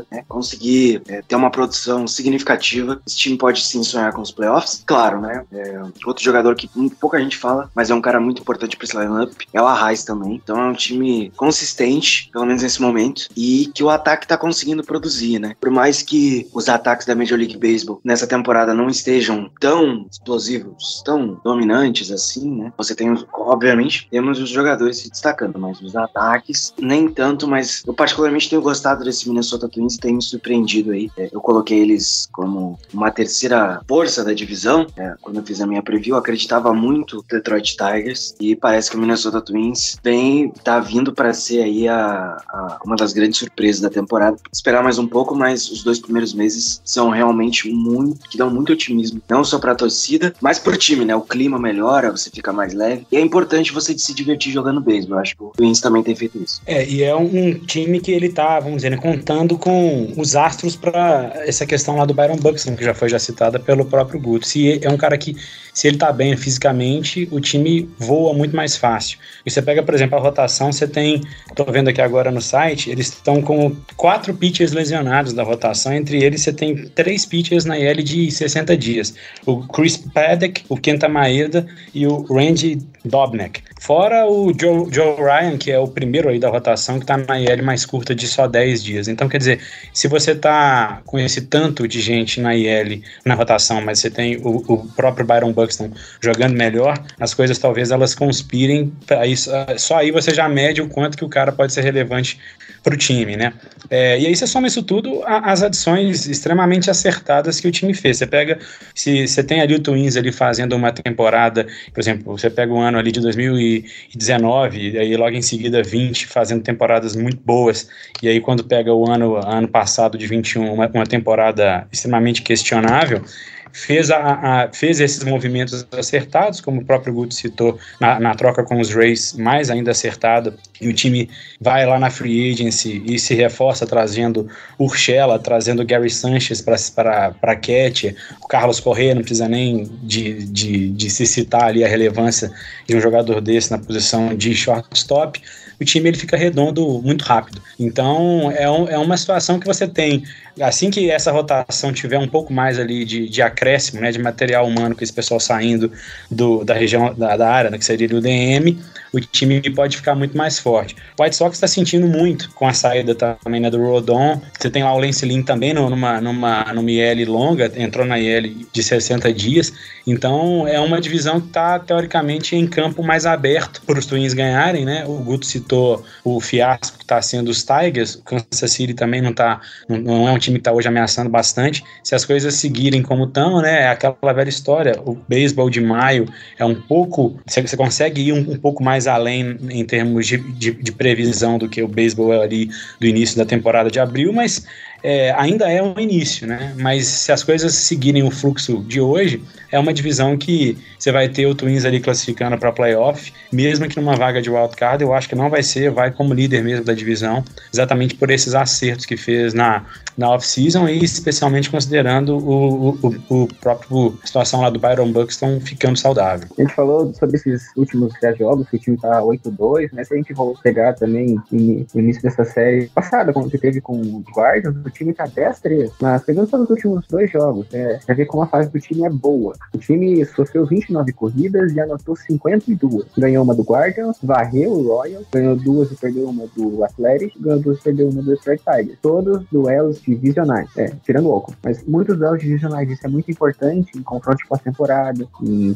conseguir é, ter uma produção significativa, esse time pode sim sonhar com os playoffs. Claro, né? É, outro jogador que pouca gente fala, mas é um cara muito importante para esse lineup, é o Arraez também. Então é um time consistente, pelo menos nesse momento, e que o ataque tá conseguindo produzir, né? Por mais que os ataques da Major League Baseball nessa temporada não estejam tão explosivos, tão dominantes assim, né? Você tem, obviamente, temos os jogadores se destacando, mas os ataques nem tanto, mas eu particularmente tenho gostado desse Minnesota Twins, tem me surpreendido aí. Eu coloquei eles como uma terceira força da divisão, né? Quando eu fiz a minha preview, eu acreditava muito no Detroit Tigers, e parece que o Minnesota Twins vem, tá vindo para ser aí a, a, uma das grandes surpresas da temporada. Esperar mais um pouco, mas os dois primeiros meses são realmente muito, que dão muito otimismo, não só pra torcida, mas pro time, né? O clima melhora, você fica mais leve, e é importante você se divertir jogando beisebol. Eu acho que o Twins também tem feito isso. É, e é um, um time que ele tá, vamos dizer, né, contando com os astros pra essa questão lá do Byron Buxton, que já foi já citada pelo próprio Guto. Se é um cara que, se ele tá bem fisicamente, o time voa muito mais fácil. E você pega, por exemplo, a rotação, você tem, tô vendo aqui agora no site, eles estão com quatro pitchers lesionados da rotação, entre eles você tem três pitchers na I L de sessenta dias. O Chris Paddock, o Kenta Maeda e o Randy Dobnak. Fora o Joe, Joe Ryan, que é o primeiro aí da rotação, que tá na I L mais curta de só dez dias. Então, quer dizer, se você tá com esse tanto de gente na I L, na rotação, mas você tem o, o próprio Byron Buxton jogando melhor, as coisas talvez elas conspirem, aí, só aí você já mede o quanto que o cara pode ser relevante pro time, né? É, e aí você soma isso tudo às adições extremamente acertadas que o time fez. Você pega, se você tem ali o Twins ali fazendo uma temporada, por exemplo, você pega o ano ali de dois mil e dezenove, e aí logo em seguida vinte, fazendo temporadas muito boas, e aí quando pega o ano, ano passado de vinte e um, uma, uma temporada extremamente questionável, Fez, a, a, fez esses movimentos acertados, como o próprio Guto citou, na, na troca com os Rays, mais ainda acertada, e o time vai lá na free agency e se reforça trazendo Urshela, trazendo Gary Sanchez para a catch, o Carlos Correa, não precisa nem de, de, de se citar ali a relevância de um jogador desse na posição de shortstop. O time ele fica redondo muito rápido. Então é, um, é uma situação que você tem, assim que essa rotação tiver um pouco mais ali de, de acréscimo, né, de material humano, com esse pessoal saindo do, da região, da, da área, né, que seria o D M, o time pode ficar muito mais forte. O White Sox está sentindo muito com a saída também, né, do Rodon. Você tem lá o Lance Lynn também no, numa, numa, numa I L longa, entrou na I L de sessenta dias. Então é uma divisão que está teoricamente em campo mais aberto para os Twins ganharem, né? O Guto citou o fiasco que está sendo os Tigers. O Kansas City também não, tá, não, não é um time que está hoje ameaçando bastante. Se as coisas seguirem como estão, né? É aquela velha história. O beisebol de maio é um pouco, você, você consegue ir um, um pouco mais além em termos de, de, de previsão do que o beisebol ali do início da temporada de abril, mas é, ainda é um início, né? Mas se as coisas seguirem o fluxo de hoje, é uma divisão que você vai ter o Twins ali classificando para playoff, mesmo que numa vaga de wildcard, eu acho que não vai ser, vai como líder mesmo da divisão, exatamente por esses acertos que fez na, na off-season e especialmente considerando o, o, o próprio situação lá do Byron Buxton ficando saudável. A gente falou sobre esses últimos dez jogos, que o time tá oito a dois, né? Se a gente for pegar também no início dessa série passada, como que teve com os Guardians, o time tá dez a três, mas pegando só os últimos dois jogos, né, pra ver como a fase do time é boa. O time sofreu vinte e nove corridas e anotou cinquenta e duas. Ganhou uma do Guardians, varreu o Royals, ganhou duas e perdeu uma do Athletic, ganhou duas e perdeu uma do Detroit Tigers. Todos duelos divisionais, é, tirando o Oakland. Mas muitos duelos divisionais, isso é muito importante em confronto de pós-temporada,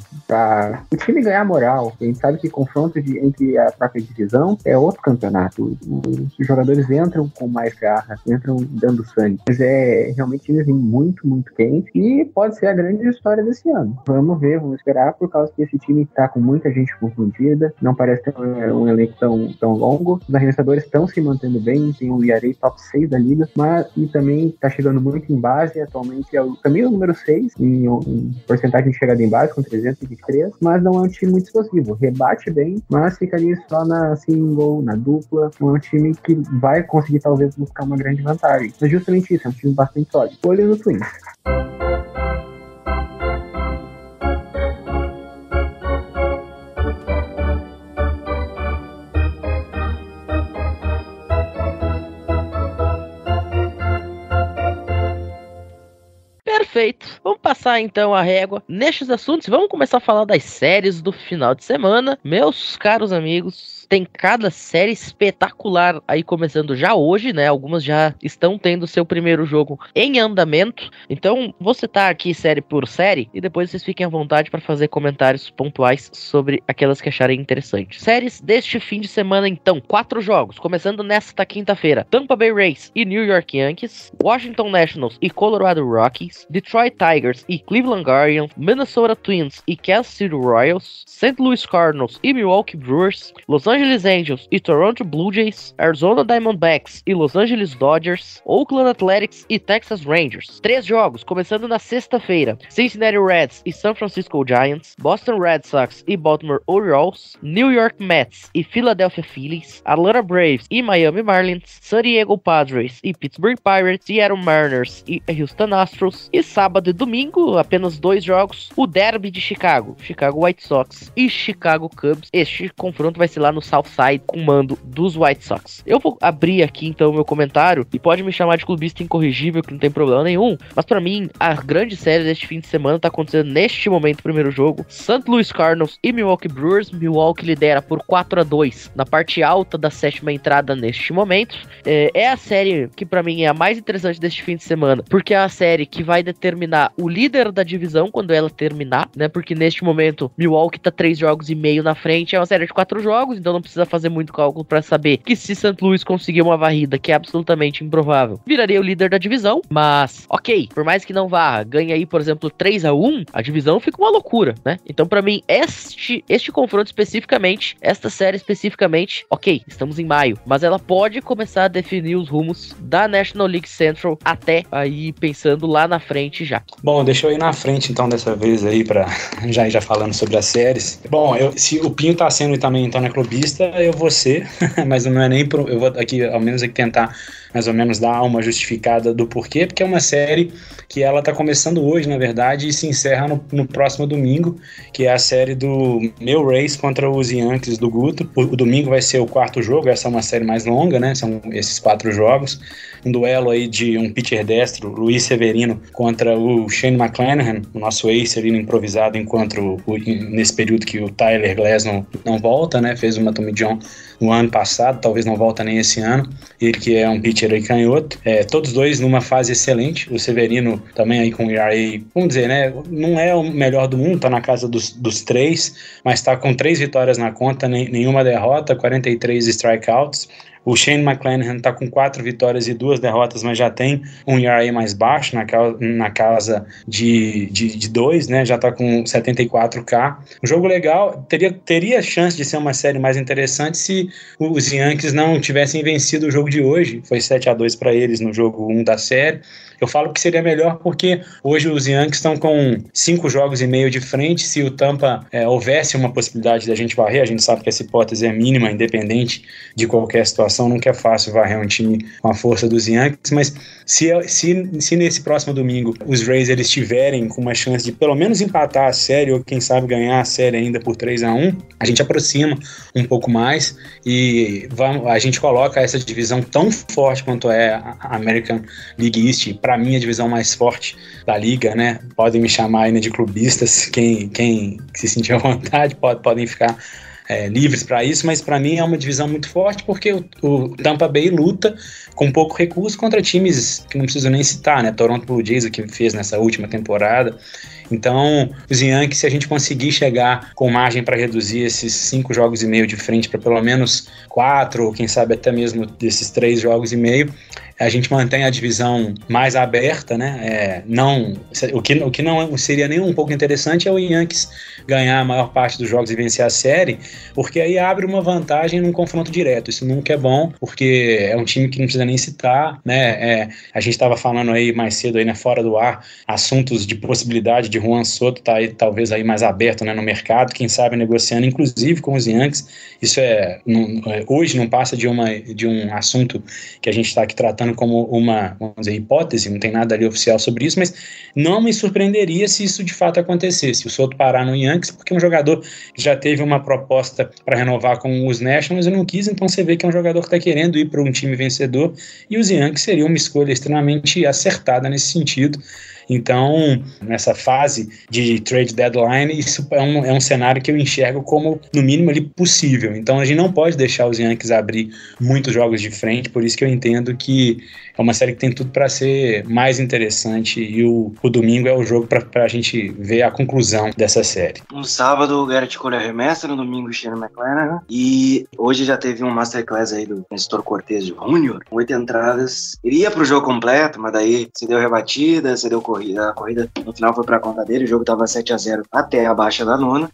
pra o time ganhar moral. A gente sabe que confronto de, entre a própria divisão é outro campeonato. Os jogadores entram com mais garra, entram dando sangue. Mas é realmente time muito, muito quente e pode ser a grande história desse ano. Vamos ver, vamos esperar, por causa que esse time tá com muita gente confundida, não parece ter um, um elenco tão, tão longo, os arremessadores estão se mantendo bem, tem um E R A top seis da liga, mas e também tá chegando muito em base, atualmente é o caminho número seis em, em porcentagem de chegada em base, com trezentos e vinte e três, mas não é um time muito explosivo, rebate bem, mas fica ali só na single, na dupla, é um time que vai conseguir talvez buscar uma grande vantagem, mas justamente isso, é um time bastante sólido. Olho no Twins. feito. Vamos passar então a régua nestes assuntos. Vamos começar a falar das séries do final de semana. Meus caros amigos, tem cada série espetacular aí começando já hoje, né? Algumas já estão tendo seu primeiro jogo em andamento. Então, vou citar aqui série por série e depois vocês fiquem à vontade para fazer comentários pontuais sobre aquelas que acharem interessantes. Séries deste fim de semana, então. Quatro jogos, começando nesta quinta-feira. Tampa Bay Rays e New York Yankees, Washington Nationals e Colorado Rockies, Detroit Tigers e Cleveland Guardians, Minnesota Twins e Kansas City Royals, Saint Louis Cardinals e Milwaukee Brewers, Los Angeles Angels e Toronto Blue Jays, Arizona Diamondbacks e Los Angeles Dodgers, Oakland Athletics e Texas Rangers. Três jogos, começando na sexta-feira. Cincinnati Reds e San Francisco Giants, Boston Red Sox e Baltimore Orioles, New York Mets e Philadelphia Phillies, Atlanta Braves e Miami Marlins, San Diego Padres e Pittsburgh Pirates, Seattle Mariners e Houston Astros, e sábado e domingo, apenas dois jogos, o derby de Chicago, Chicago White Sox e Chicago Cubs. Este confronto vai ser lá no Southside com mando dos White Sox. Eu vou abrir aqui então o meu comentário e pode me chamar de clubista incorrigível, que não tem problema nenhum, mas pra mim a grande série deste fim de semana tá acontecendo neste momento. O primeiro jogo, Saint Louis Cardinals e Milwaukee Brewers. Milwaukee lidera por quatro a dois na parte alta da sétima entrada neste momento. É, é a série que pra mim é a mais interessante deste fim de semana, porque é a série que vai determinar o líder da divisão quando ela terminar, né? Porque neste momento Milwaukee tá três jogos e meio na frente, é uma série de quatro jogos, então não precisa fazer muito cálculo pra saber que se Saint Louis conseguir uma varrida, que é absolutamente improvável, viraria o líder da divisão. Mas, ok, por mais que não vá, ganha aí, por exemplo, três a um, a divisão fica uma loucura, né? Então pra mim, este, este confronto especificamente, esta série especificamente, ok, estamos em maio, mas ela pode começar a definir os rumos da National League Central até aí pensando lá na frente já. Bom, deixa eu ir na frente então dessa vez aí pra já ir já falando sobre as séries. Bom, eu, se o Pinho tá sendo também então né, clubista, eu vou ser, mas não é nem pro, eu vou aqui ao menos aqui tentar mais ou menos dar uma justificada do porquê, porque é uma série que ela tá começando hoje, na verdade, e se encerra no, no próximo domingo, que é a série do meu Rays contra os Yankees do Guto. O, o domingo vai ser o quarto jogo, essa é uma série mais longa, né? São esses quatro jogos. Um duelo aí de um pitcher destro, Luiz Severino, contra o Shane McClanahan, o nosso ace ali no improvisado, enquanto o, nesse período que o Tyler Glasnow não volta, né? Fez uma Tommy John no ano passado, talvez não volta nem esse ano. Ele que é um pitcher aí canhoto. É, todos dois numa fase excelente. O Severino também aí com E R A, vamos dizer, né? Não é o melhor do mundo, tá na casa dos, dos três, mas tá com três vitórias na conta, nem, nenhuma derrota, quarenta e três strikeouts. O Shane McClanahan está com quatro vitórias e duas derrotas, mas já tem um E R A mais baixo, na, na casa de, de, de dois, né? Já está com setenta e quatro K. Um jogo legal, teria, teria chance de ser uma série mais interessante se os Yankees não tivessem vencido o jogo de hoje. Foi sete a dois para eles no jogo um da série. Eu falo que seria melhor porque hoje os Yankees estão com cinco jogos e meio de frente. Se o Tampa é, houvesse uma possibilidade da gente varrer, a gente sabe que essa hipótese é mínima, independente de qualquer situação. Nunca é fácil varrer um time com a força dos Yankees, mas se, se, se nesse próximo domingo os Rays eles tiverem com uma chance de pelo menos empatar a série ou quem sabe ganhar a série ainda por três a um, a gente aproxima um pouco mais e vamos, a gente coloca essa divisão tão forte quanto é a American League East, para mim a divisão mais forte da liga, né? Podem me chamar ainda de clubistas, quem, quem se sentir à vontade pode, podem ficar É, livres para isso, mas para mim é uma divisão muito forte porque o, o Tampa Bay luta com pouco recurso contra times que não preciso nem citar, né? Toronto Blue Jays, o que fez nessa última temporada. Então, os Yankees, se a gente conseguir chegar com margem para reduzir esses cinco jogos e meio de frente para pelo menos quatro, ou quem sabe até mesmo desses três jogos e meio, a gente mantém a divisão mais aberta, né? É, não, o, que, o que não seria nem um pouco interessante é o Yankees ganhar a maior parte dos jogos e vencer a série, porque aí abre uma vantagem num confronto direto. Isso nunca é bom, porque é um time que não precisa nem citar, né? É, a gente estava falando aí mais cedo, aí, né, fora do ar, assuntos de possibilidade de Juan Soto tá aí, talvez aí mais aberto, né, no mercado, quem sabe negociando, inclusive com os Yankees. Isso é, não, hoje não passa de, uma, de um assunto que a gente está aqui tratando como uma, vamos dizer, hipótese, não tem nada ali oficial sobre isso, mas não me surpreenderia se isso de fato acontecesse, o Soto parar no Yankees, porque é um jogador que já teve uma proposta para renovar com os Nationals e não quis, então você vê que é um jogador que está querendo ir para um time vencedor, e os Yankees seria uma escolha extremamente acertada nesse sentido. Então, nessa fase de trade deadline, isso é um, é um cenário que eu enxergo como, no mínimo, ali, possível. Então, a gente não pode deixar os Yankees abrir muitos jogos de frente, por isso que eu entendo que é uma série que tem tudo para ser mais interessante e o, o domingo é o jogo para a gente ver a conclusão dessa série. No sábado, o Garrett Cole arremessa, no domingo o Shane McClanahan, e hoje já teve um masterclass aí do Nestor Cortes Júnior, oito entradas, iria pro jogo completo, mas daí cedeu rebatida, cedeu corrida, a corrida no final foi pra conta dele, o jogo tava sete a zero até a baixa da nona,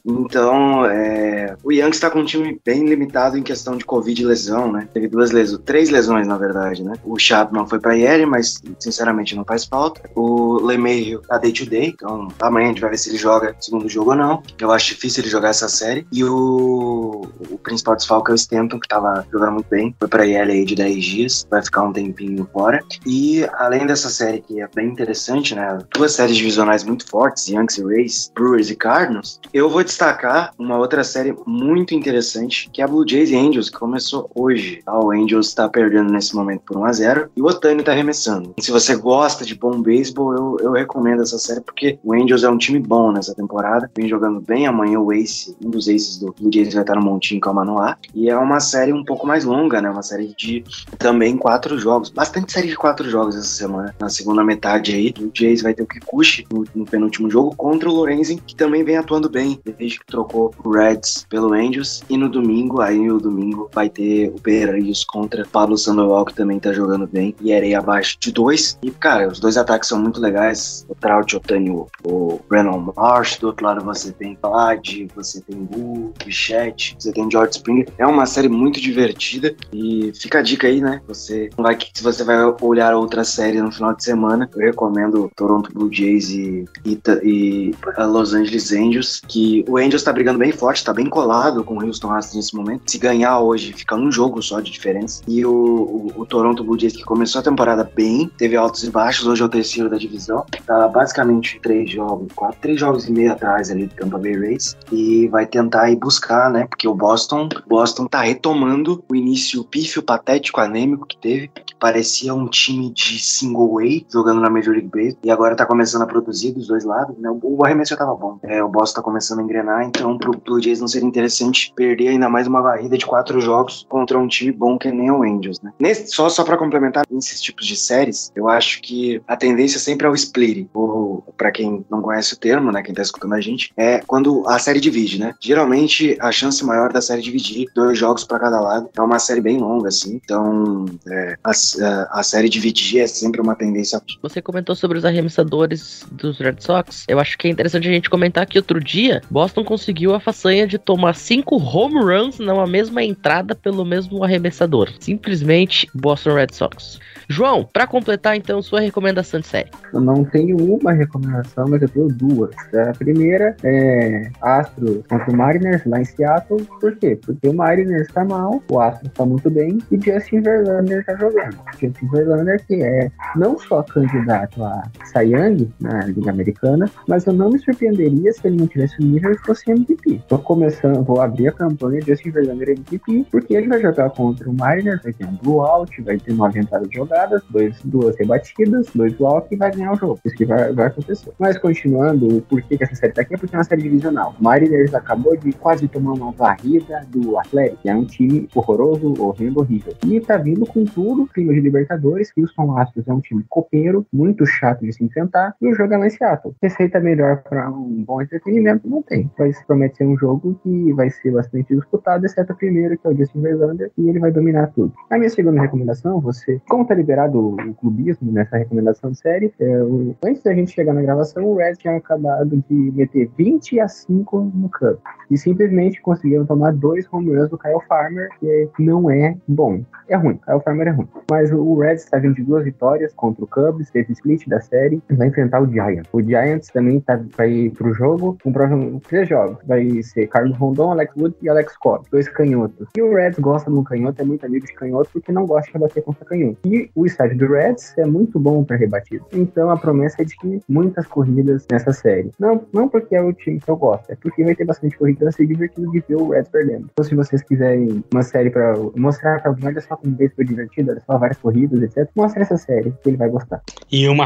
então é, o Yankees tá com um time bem limitado em questão de Covid e lesão, né, teve duas lesões, três lesões na verdade, né, o Chapman foi pra I L, mas sinceramente não faz falta, o LeMahieu tá day to day, então amanhã a gente vai ver se ele joga o segundo jogo ou não, eu acho difícil ele jogar essa série, e o, o principal desfalque é o Stanton, que tava jogando muito bem, foi pra I L aí de dez dias, vai ficar um tempinho fora, e além dessa série que é bem interessante, né, duas séries divisionais muito fortes, Yankees e Rays, Brewers e Cardinals, eu vou destacar uma outra série muito interessante, que é a Blue Jays e Angels, que começou hoje, tá? O Angels tá perdendo nesse momento por um a zero, e o Ohtani tá arremessando. E se você gosta de bom beisebol, eu, eu recomendo essa série, porque o Angels é um time bom nessa temporada, vem jogando bem, amanhã o Ace, um dos Aces do Blue Jays vai estar no montinho com a Manoá, e é uma série um pouco mais longa, né, uma série de também quatro jogos, bastante série de quatro jogos essa semana, na segunda metade aí, o Jays vai ter o Kikuchi no, no penúltimo jogo contra o Lorenzen, que também vem atuando bem, desde que trocou o Reds pelo Angels, e no domingo, aí o domingo vai ter o Berrios contra Pablo Sandoval, que também tá jogando bem, e era aí abaixo de dois, e cara, os dois ataques são muito legais, o Trout, o Ohtani, o, o Brandon Marsh, do outro lado você tem Vlad, você tem Bull, Bichette, você tem George Springer, é uma série muito divertida, e fica a dica aí, né, você vai, se você vai olhar outra série no final de semana, eu recomendo Toronto Blue Jays e, e, e Los Angeles Angels, que o Angels tá brigando bem forte, tá bem colado com o Houston Astros nesse momento, se ganhar hoje fica um jogo só de diferença, e o, o, o Toronto Blue Jays, que começou a temporada bem, teve altos e baixos, hoje é o terceiro da divisão, tá basicamente três jogos, quatro, três jogos e meio atrás ali do Tampa Bay Rays, e vai tentar ir buscar, né, porque o Boston, Boston tá retomando o início pífio, patético, anêmico que teve, que parecia um time de single A, jogando na Major League Baseball, e agora tá começando a produzir dos dois lados, né, o, o arremesso já tava bom, é, o Boston tá começando a engrenar, então pro Blue Jays não seria interessante perder ainda mais uma varrida de quatro jogos contra um time bom que nem o Angels, né. Nesse, só, só pra complementar, nesses tipos de séries, eu acho que a tendência sempre é o split, ou pra quem não conhece o termo, né, quem tá escutando a gente, é quando a série divide, né, geralmente a chance maior da série dividir, dois jogos pra cada lado, é uma série bem longa, assim, então é, a, a, a série dividir é sempre uma tendência. Você comentou sobre os arremessadores dos Red Sox, eu acho que é interessante a gente comentar que outro dia, Boston conseguiu a façanha de tomar cinco home runs numa mesma entrada pelo mesmo arremessador, simplesmente Boston Red Sox. João, pra completar então sua recomendação de série. Eu não tenho uma recomendação, mas eu tenho duas. A primeira é Astros contra o Mariners lá em Seattle. Por quê? Porque o Mariners tá mal, o Astros tá muito bem e Justin Verlander tá jogando. Justin Verlander, que é não só candidato a Cy Young na Liga Americana, mas eu não me surpreenderia se ele não tivesse o nível e fosse M V P. Tô começando, vou abrir a campanha de Justin Verlander M V P, porque ele vai jogar contra o Mariners, vai ter um blowout, vai ter nove entradas de jogadas, dois, duas rebatidas, dois walks e vai ganhar o jogo. Isso que vai, vai acontecer. Mas continuando, o porquê que essa série tá aqui é porque é uma série divisional. O Mariners acabou de quase tomar uma varrida do Atlético, que é um time horroroso, horrendo, horrível. E tá vindo com tudo, clima de Libertadores, Houston Astros é um time copeiro, muito chato de se enfrentar, e o jogo é lá em Seattle. Receita melhor para um bom entretenimento não tem. Mas promete ser um jogo que vai ser bastante disputado, exceto o primeiro, que é o Justin Verlander, e ele vai dominar tudo. A minha segunda recomendação, você, como tá liberado o, o clubismo nessa recomendação de série, é, o, antes da gente chegar na gravação, o Reds tinha acabado de meter vinte a cinco no Cubs. E simplesmente conseguiram tomar dois home runs do Kyle Farmer, que não é bom. É ruim, Kyle Farmer é ruim. Mas o Reds está vindo de duas vitórias contra o Cubs, teve split da série, e vai enfrentar o Giants. O Giants também tá, vai ir pro jogo, com um, três jogos. Vai ser Carlos Rondon, Alex Wood e Alex Cobb, dois canhotos. E o Reds gosta de um canhoto, é muito amigo de canhoto, porque não gosta de rebater contra canhoto. E o estádio do Reds é muito bom para rebatida. Então a promessa é de que muitas corridas nessa série. Não, não porque é o time que eu gosto, é porque vai ter bastante corrida, vai ser divertido de ver o Reds perdendo. Então se vocês quiserem uma série para mostrar para alguém, olha só como beisebol é divertido, olha só várias corridas, etcétera, mostra essa série, que ele vai gostar. E uma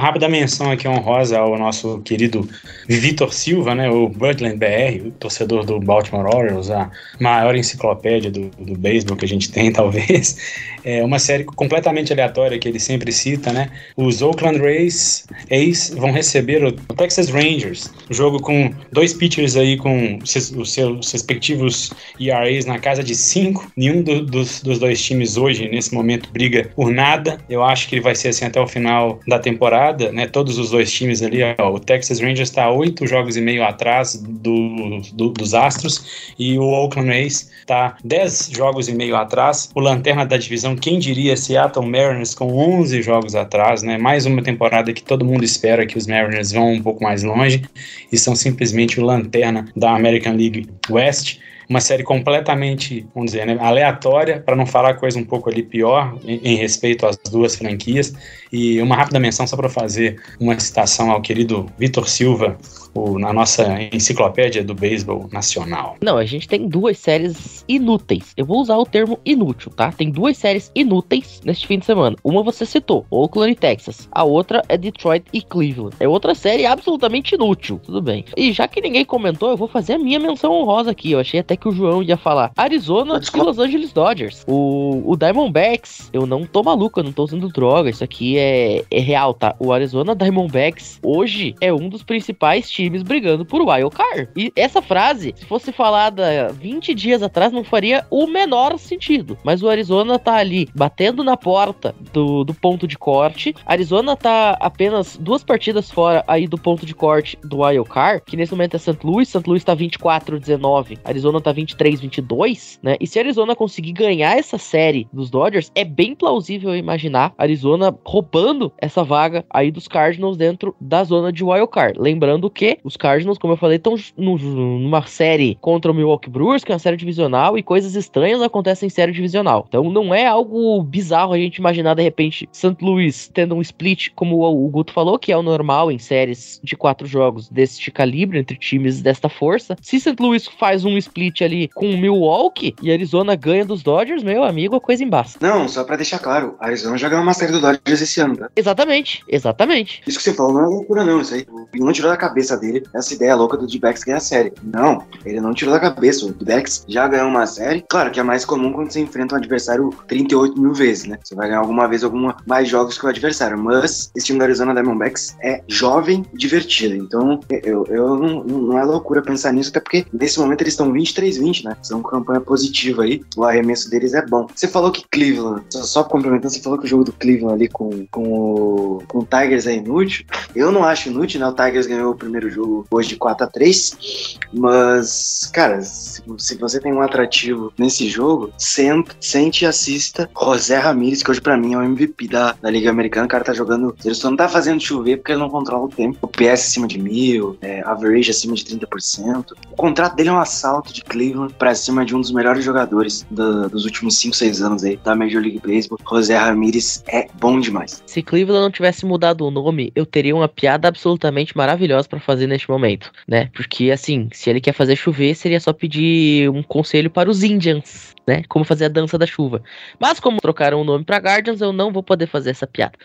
rápida menção aqui honrosa ao nosso querido Vitor Silva, né, o Birdland B R, o torcedor do Baltimore Orioles, a maior enciclopédia do, do beisebol que a gente tem, talvez. É uma série completamente aleatória que ele sempre cita, né? Os Oakland Rays A's vão receber o Texas Rangers, jogo com dois pitchers aí com os seus respectivos E R As na casa de cinco. Nenhum do, dos, dos dois times hoje, nesse momento, briga por nada. Eu acho que ele vai ser assim até o final da temporada, né? Todos os dois times ali, ó, o Texas Rangers está oito jogos e meio atrás do, do, dos Astros e o Oakland A's está dez jogos e meio atrás. O lanterna da divisão, quem diria, Seattle Mariners com onze jogos atrás, né? Mais uma temporada que todo mundo espera que os Mariners vão um pouco mais longe e são simplesmente o lanterna da American League West. Uma série completamente, vamos dizer, né, aleatória, para não falar coisa um pouco ali pior em, em respeito às duas franquias. E uma rápida menção só para fazer uma citação ao querido Vitor Silva, o, na nossa enciclopédia do beisebol nacional. Não, a gente tem duas séries inúteis. Eu vou usar o termo inútil, tá? Tem duas séries inúteis neste fim de semana. Uma você citou, Oakland e Texas. A outra é Detroit e Cleveland. É outra série absolutamente inútil. Tudo bem. E já que ninguém comentou, eu vou fazer a minha menção honrosa aqui. Eu achei até que o João ia falar Arizona e Los Angeles Dodgers. O, o Diamondbacks, eu não tô maluco, eu não tô usando droga. Isso aqui é, é real, tá? O Arizona Diamondbacks hoje é um dos principais times brigando por wild card. E essa frase, se fosse falada vinte dias atrás, não faria o menor sentido. Mas o Arizona tá ali, batendo na porta do, do ponto de corte. Arizona tá apenas duas partidas fora aí do ponto de corte do wild card, que nesse momento é Saint Louis. Saint Louis tá vinte e quatro a dezenove. Arizona tá vinte e três a vinte e dois, né? E se a Arizona conseguir ganhar essa série dos Dodgers, é bem plausível imaginar a Arizona roubando essa vaga aí dos Cardinals dentro da zona de wild card. Lembrando que os Cardinals, como eu falei, estão numa série contra o Milwaukee Brewers, que é uma série divisional, e coisas estranhas acontecem em série divisional. Então não é algo bizarro a gente imaginar, de repente, Saint Louis tendo um split, como o Guto falou, que é o normal em séries de quatro jogos deste calibre, entre times desta força. Se Saint Louis faz um split ali com o Milwaukee e Arizona ganha dos Dodgers, meu amigo, a coisa embaça. Não, só pra deixar claro, a Arizona já ganhou uma série do Dodgers esse ano, tá? Exatamente, exatamente. Isso que você falou não é loucura não, isso aí. O Pinho não tirou da cabeça dele essa ideia louca do D-backs ganhar a série. Não, ele não tirou da cabeça. O D-backs já ganhou uma série. Claro que é mais comum quando você enfrenta um adversário trinta e oito mil vezes, né? Você vai ganhar alguma vez alguma mais jogos que o adversário. Mas esse time da Arizona Diamondbacks é jovem e divertido. Então, eu, eu não, não é loucura pensar nisso, até porque nesse momento eles estão vinte e três a vinte, né? São campanha positiva aí. O arremesso deles é bom. Você falou que Cleveland, só, só complementando, você falou que o jogo do Cleveland ali com, com, o, com o Tigers é inútil. Eu não acho inútil, né? O Tigers ganhou o primeiro jogo hoje de quatro a três. Mas, cara, se, se você tem um atrativo nesse jogo, sente, sente e assista José Ramírez, que hoje pra mim é o M V P da, da Liga Americana. O cara tá jogando, ele só não tá fazendo chover porque ele não controla o tempo. O P S acima de mil, é, average acima de trinta por cento. O contrato dele é um assalto de Cleveland pra cima de um dos melhores jogadores do, dos últimos cinco, seis anos aí da Major League Baseball. José Ramírez é bom demais. Se Cleveland não tivesse mudado o nome, eu teria uma piada absolutamente maravilhosa pra fazer neste momento, né? Porque, assim, se ele quer fazer chover, seria só pedir um conselho para os Indians, né? Como fazer a dança da chuva. Mas como trocaram o nome pra Guardians, eu não vou poder fazer essa piada.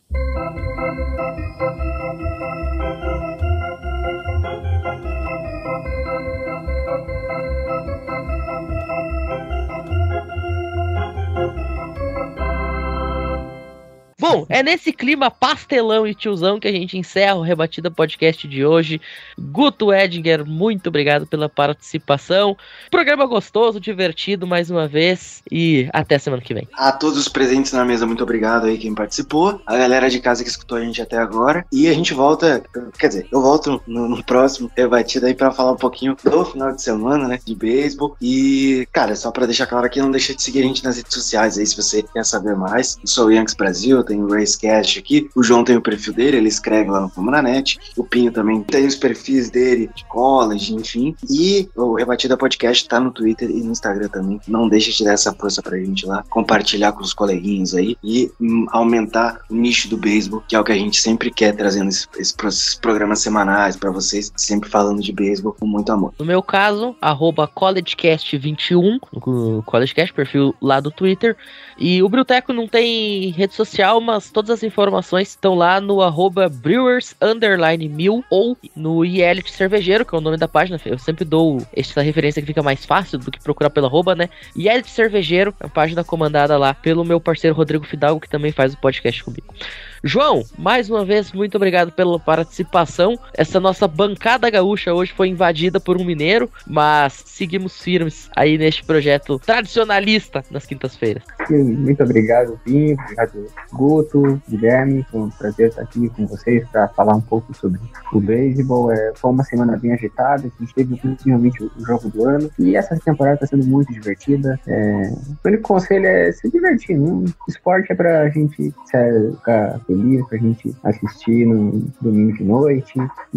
Bom, é nesse clima pastelão e tiozão que a gente encerra o Rebatida Podcast de hoje. Guto Edinger, muito obrigado pela participação. Programa gostoso, divertido mais uma vez e até semana que vem. A todos os presentes na mesa, muito obrigado aí quem participou. A galera de casa que escutou a gente até agora. E a gente volta, quer dizer, eu volto no, no próximo Rebatida aí pra falar um pouquinho do final de semana, né, de beisebol. E, cara, só pra deixar claro aqui, não deixa de seguir a gente nas redes sociais aí se você quer saber mais. Eu sou o Yankees Brasil, tem o Racecast aqui, o João tem o perfil dele, ele escreve lá no Fambonanet, o Pinho também tem os perfis dele de college, enfim, e o Rebatida Podcast tá no Twitter e no Instagram também. Não deixa de dar essa força pra gente lá, compartilhar com os coleguinhas aí e hum, aumentar o nicho do beisebol, que é o que a gente sempre quer, trazendo esses, esses programas semanais pra vocês, sempre falando de beisebol com muito amor. No meu caso, arroba collegecast vinte e um, no collegecast, perfil lá do Twitter, e o Bruteco não tem rede social, mas programas, todas as informações estão lá no arroba Brewers underline mil ou no Elite Cervejeiro, que é o nome da página. Eu sempre dou essa referência que fica mais fácil do que procurar pela arroba, né? Elite Cervejeiro, a página comandada lá pelo meu parceiro Rodrigo Fidalgo, que também faz o podcast comigo. João, mais uma vez, muito obrigado pela participação. Essa nossa bancada gaúcha hoje foi invadida por um mineiro, mas seguimos firmes aí neste projeto tradicionalista nas quintas-feiras. Muito obrigado, Vinho. Obrigado, Guto, Guilherme. Foi um prazer estar aqui com vocês para falar um pouco sobre o beisebol. É, foi uma semana bem agitada, a gente teve possivelmente o jogo do ano e essa temporada está sendo muito divertida. É, o único conselho é se divertir. Né? O esporte é para a gente ficar feliz, pra gente assistir no domingo de noite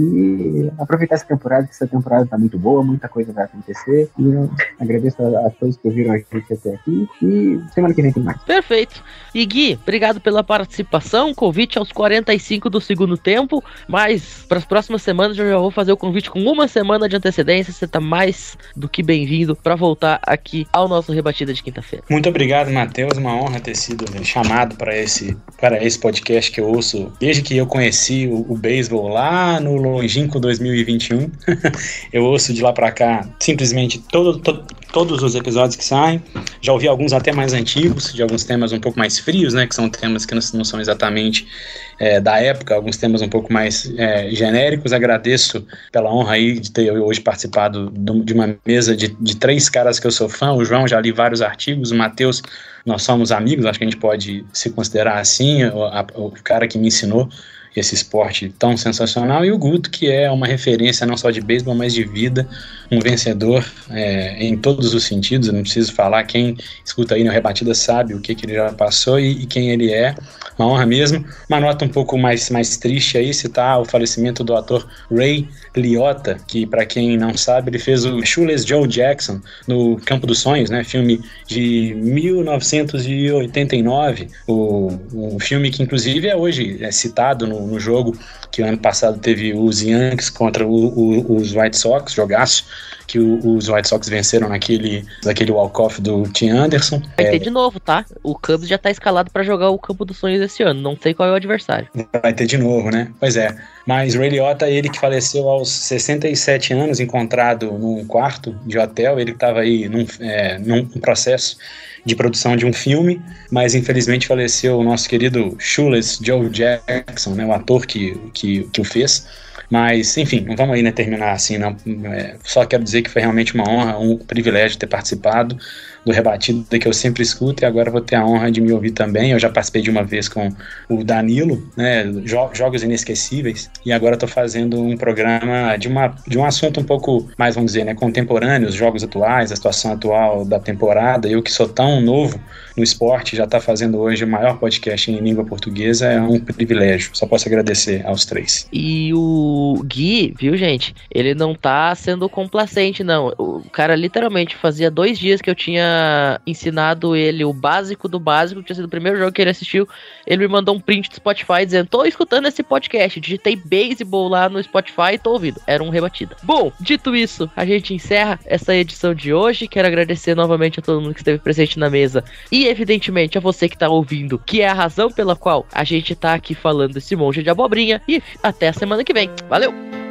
e aproveitar essa temporada, que essa temporada tá muito boa, muita coisa vai acontecer e eu agradeço a, a todos que ouviram a gente até aqui e semana que vem tem mais. Perfeito. E Gui, obrigado pela participação, convite aos quarenta e cinco do segundo tempo, mas para as próximas semanas eu já vou fazer o convite com uma semana de antecedência, você tá mais do que bem-vindo para voltar aqui ao nosso Rebatida de quinta-feira. Muito obrigado, Matheus, uma honra ter sido chamado para esse, para esse podcast que eu ouço desde que eu conheci o, o beisebol lá no longínquo dois mil e vinte e um. Eu ouço de lá para cá simplesmente todo, to, todos os episódios que saem. Já ouvi alguns até mais antigos, de alguns temas um pouco mais frios, né, que são temas que não, não são exatamente é, da época, alguns temas um pouco mais é, genéricos. Agradeço pela honra aí de ter hoje participado de uma mesa de, de três caras que eu sou fã. O João, já li vários artigos, o Matheus, nós somos amigos, acho que a gente pode se considerar assim, o, a, o cara que me ensinou esse esporte tão sensacional, e o Guto, que é uma referência não só de beisebol, mas de vida, um vencedor é, em todos os sentidos. Eu não preciso falar, quem escuta aí no Rebatida sabe o que, que ele já passou e, e quem ele é. Uma honra mesmo. Uma nota um pouco mais, mais triste aí, citar o falecimento do ator Ray Liotta, que, para quem não sabe, ele fez o Shoeless Joe Jackson no Campo dos Sonhos, né, filme de mil novecentos e oitenta e nove, o, o filme que inclusive é hoje é citado no, no jogo que ano passado teve os Yankees contra o, o, os White Sox, jogaço que o, os White Sox venceram naquele, naquele walk-off do Tim Anderson. Vai é, ter de novo, tá? O Cubs já tá escalado pra jogar o Campo dos Sonhos esse ano, não sei qual é o adversário. Vai ter de novo, né? Pois é. Mas Ray Liotta, ele que faleceu aos sessenta e sete anos, encontrado num quarto de hotel, ele estava aí num, é, num processo de produção de um filme, mas infelizmente faleceu o nosso querido Shoeless Joe Jackson, né, o ator que, que, que o fez. Mas, enfim, não vamos aí, né, terminar assim, não. É, só quero dizer que foi realmente uma honra, um privilégio ter participado do Rebatida, que eu sempre escuto, e agora vou ter a honra de me ouvir também. Eu já participei de uma vez com o Danilo, né, jo- Jogos Inesquecíveis, e agora estou fazendo um programa de, uma, de um assunto um pouco mais, vamos dizer, né, contemporâneo, os jogos atuais, a situação atual da temporada. Eu que sou tão novo no esporte, já está fazendo hoje o maior podcast em língua portuguesa, é um privilégio. Só posso agradecer aos três. E o Gui, viu, gente, ele não tá sendo complacente, não. O cara literalmente fazia dois dias que eu tinha ensinado ele o básico do básico, que tinha sido o primeiro jogo que ele assistiu. Ele me mandou um print do Spotify dizendo: tô escutando esse podcast, digitei beisebol lá no Spotify e tô ouvindo. Era um Rebatida. Bom, dito isso, a gente encerra essa edição de hoje. Quero agradecer novamente a todo mundo que esteve presente na mesa e, evidentemente, a você que tá ouvindo, que é a razão pela qual a gente tá aqui falando esse monte de abobrinha. E até a semana que vem. Valeu!